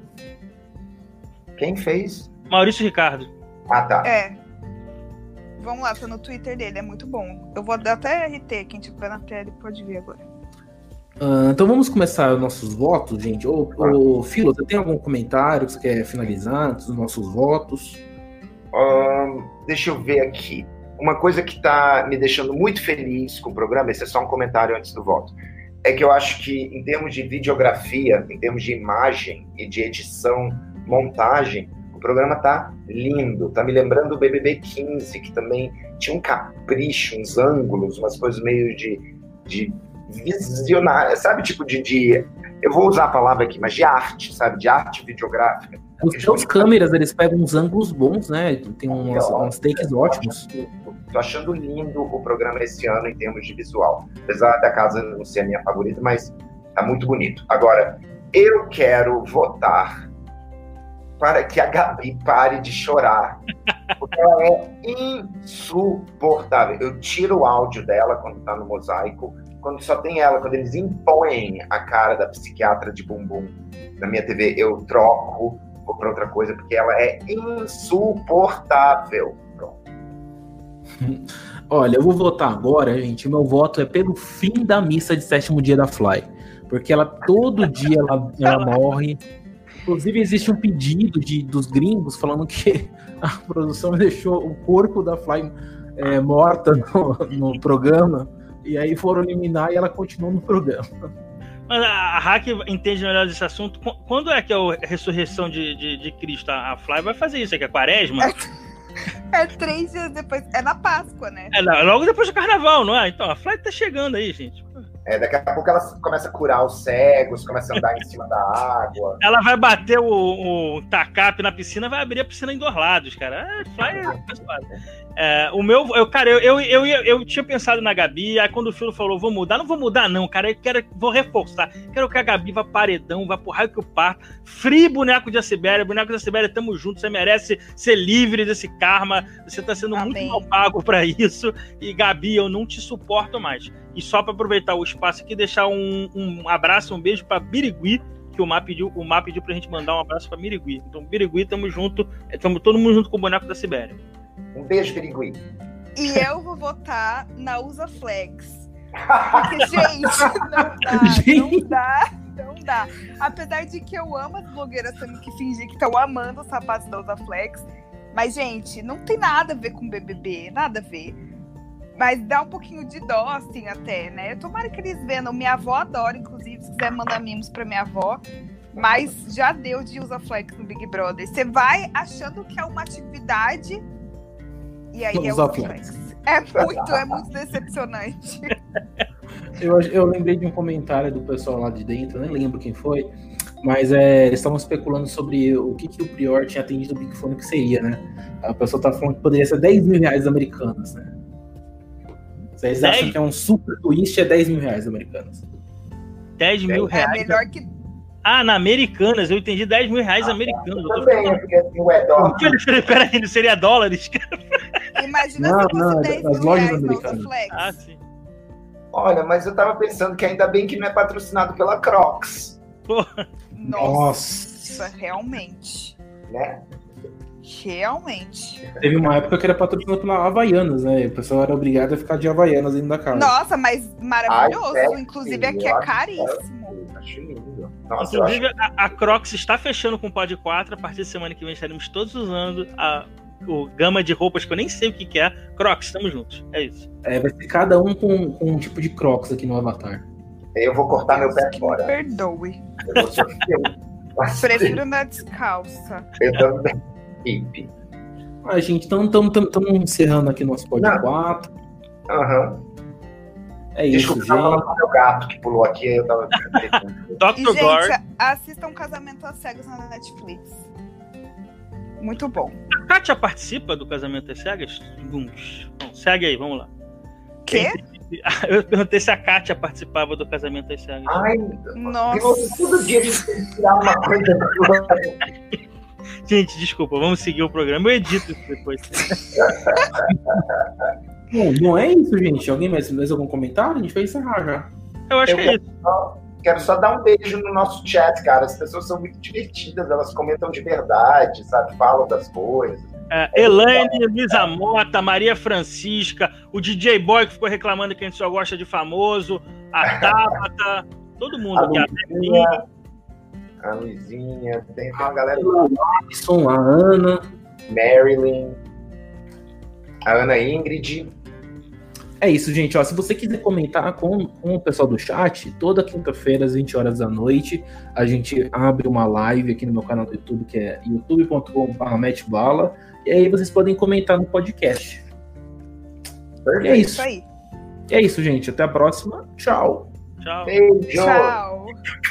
Quem fez? Maurício Ricardo. Ah, tá. É. Vamos lá, tá no Twitter dele, é muito bom. Eu vou dar até R T, quem tiver na tela pode ver agora. Ah, então vamos começar os nossos votos, gente. Ô, ô Filo, você tem algum comentário que você quer finalizar antes dos nossos votos? Ahn, deixa eu ver aqui. Uma coisa que tá me deixando muito feliz com o programa, esse é só um comentário antes do voto, é que eu acho que em termos de videografia, em termos de imagem e de edição, montagem, o programa tá lindo. Tá me lembrando do B B B quinze, que também tinha um capricho, uns ângulos, umas coisas meio de, de visionária, sabe? Tipo de, de... Eu vou usar a palavra aqui, mas de arte, sabe? De arte videográfica. Os seus câmeras, eles pegam uns ângulos bons, né? Tem uns, uns takes ótimos. Tô achando lindo o programa esse ano em termos de visual. Apesar da casa não ser a minha favorita, mas tá muito bonito. Agora, eu quero votar para que a Gabi pare de chorar. Porque ela é insuportável. Eu tiro o áudio dela quando tá no mosaico. Quando só tem ela, quando eles impõem a cara da psiquiatra de bumbum na minha T V, eu troco, vou pra outra coisa, porque ela é insuportável. Olha, eu vou votar agora, gente. Meu voto é pelo fim da missa de sétimo dia da Fly. Porque ela todo dia ela, ela morre. Inclusive, existe um pedido de, dos gringos falando que a produção deixou o corpo da Fly é, morta no, no programa. E aí foram eliminar e ela continuou no programa. Mas a Hack entende melhor desse assunto. Quando é que é a ressurreição de, de, de Cristo? A Fly vai fazer isso, é que é quaresma? É três dias depois. É na Páscoa, né? É logo depois do carnaval, não é? Então, a Fly tá chegando aí, gente. É, daqui a pouco ela começa a curar os cegos, começa a andar em cima da água. Ela vai bater o, o tacape na piscina, vai abrir a piscina em Dorlados, cara. É, Fly é... É, o meu, eu, cara, eu, eu, eu, eu, eu tinha pensado na Gabi, aí quando o Filo falou, vou mudar, não vou mudar não, cara, eu quero, vou reforçar, quero que a Gabi vá paredão, vá pro raio que o parto, free boneco de Sibéria, boneco de Sibéria, tamo junto, você merece ser livre desse karma, você tá sendo Amém. muito mal pago pra isso, e Gabi, eu não te suporto mais. E só pra aproveitar o espaço aqui, deixar um, um abraço, um beijo pra Birigui, que o Mar pediu, o Mar pediu pra gente mandar um abraço pra Birigui. Então, Birigui, tamo junto, tamo todo mundo junto com o boneco da Sibéria. Um beijo, Birigui. E eu vou votar na Usa Flex. Porque, gente, não dá, não dá, não dá. Apesar de que eu amo as blogueiras tendo que fingir que estão amando os sapatos da Usa Flex. Mas, gente, não tem nada a ver com B B B, nada a ver. Mas dá um pouquinho de dó, assim, até, né? Tomara que eles vendam. Minha avó adora, inclusive, se quiser mandar mimos pra minha avó. Mas já deu de Usa Flex no Big Brother. Você vai achando que é uma atividade... E aí é o Flex. É muito, é muito decepcionante. Eu, eu lembrei de um comentário do pessoal lá de dentro, nem lembro quem foi, mas é, eles estavam especulando sobre o que, que o Prior tinha atendido o Big Fone que seria, né? A pessoa tá falando que poderia ser dez mil reais americanos, né? Vocês acham dez? que é um super twist, é dez mil reais americanos. dez mil reais? É melhor que... Ah, na Americanas, eu entendi dez mil reais Ah, americanos. eu também, porque assim, o Edó... Peraí, não seria dólares? Imagina Não, se fosse não, dez as mil lojas reais na Usa americanas. Flex. Ah, sim. Olha, mas eu tava pensando que ainda bem que não é patrocinado pela Crocs, Nossa, realmente. né? Realmente. Teve uma época que era patrocinado pela Havaianas, né? O pessoal era obrigado a ficar de Havaianas dentro da casa. Nossa, mas maravilhoso. Ai, é, Inclusive sim, aqui eu é acho caríssimo. Acho lindo. Nossa, eu acho... Inclusive, a, a Crocs está fechando com o Pod quatro. A partir de semana que vem estaremos todos usando a o gama de roupas que eu nem sei o que, que é. Crocs, estamos juntos. É isso. É, vai ser cada um com, com um tipo de Crocs aqui no Avatar. Eu vou cortar meu pé fora. Perdoe. Eu vou sofrer. Prefiro na descalça. Eu também. Hippie. Ah, gente, então estamos encerrando aqui nosso pod Não. quatro. Aham. É isso, Desculpa, eu tava falando gente. com o meu gato que pulou aqui, aí eu tava. E, doutor Gore. gente, assistam Casamento às Cegas na Netflix. Muito bom. A Kátia participa do Casamento às Cegas? Bom, segue aí, vamos lá. Quê? Eu perguntei se a Kátia participava do Casamento às Cegas. Ai, Nossa. todo dia a gente tem que tirar uma coisa. Gente, desculpa, vamos seguir o programa. Eu edito isso depois. Bom, bom, é isso, gente. Alguém mais fez algum comentário? A gente vai encerrar já. Eu acho Eu que é isso. Só, quero só dar um beijo no nosso chat, cara. As pessoas são muito divertidas, elas comentam de verdade, sabe? Falam das coisas. É, Elaine, Luísa Mota, Maria Francisca, o D J Boy que ficou reclamando que a gente só gosta de famoso, a Tabata, todo mundo A aqui. A Luizinha, a Luizinha, tem uma galera. Alisson, a Ana. Marilyn, a Ana Ingrid. É isso, gente. Ó, se você quiser comentar com, com o pessoal do chat, toda quinta-feira, às vinte horas da noite, a gente abre uma live aqui no meu canal do YouTube, que é youtube ponto com ponto br metbala, e aí vocês podem comentar no podcast. Perfeito. E é Isso isso. aí. É isso, gente. Até a próxima. Tchau. Tchau. Beijo. Tchau.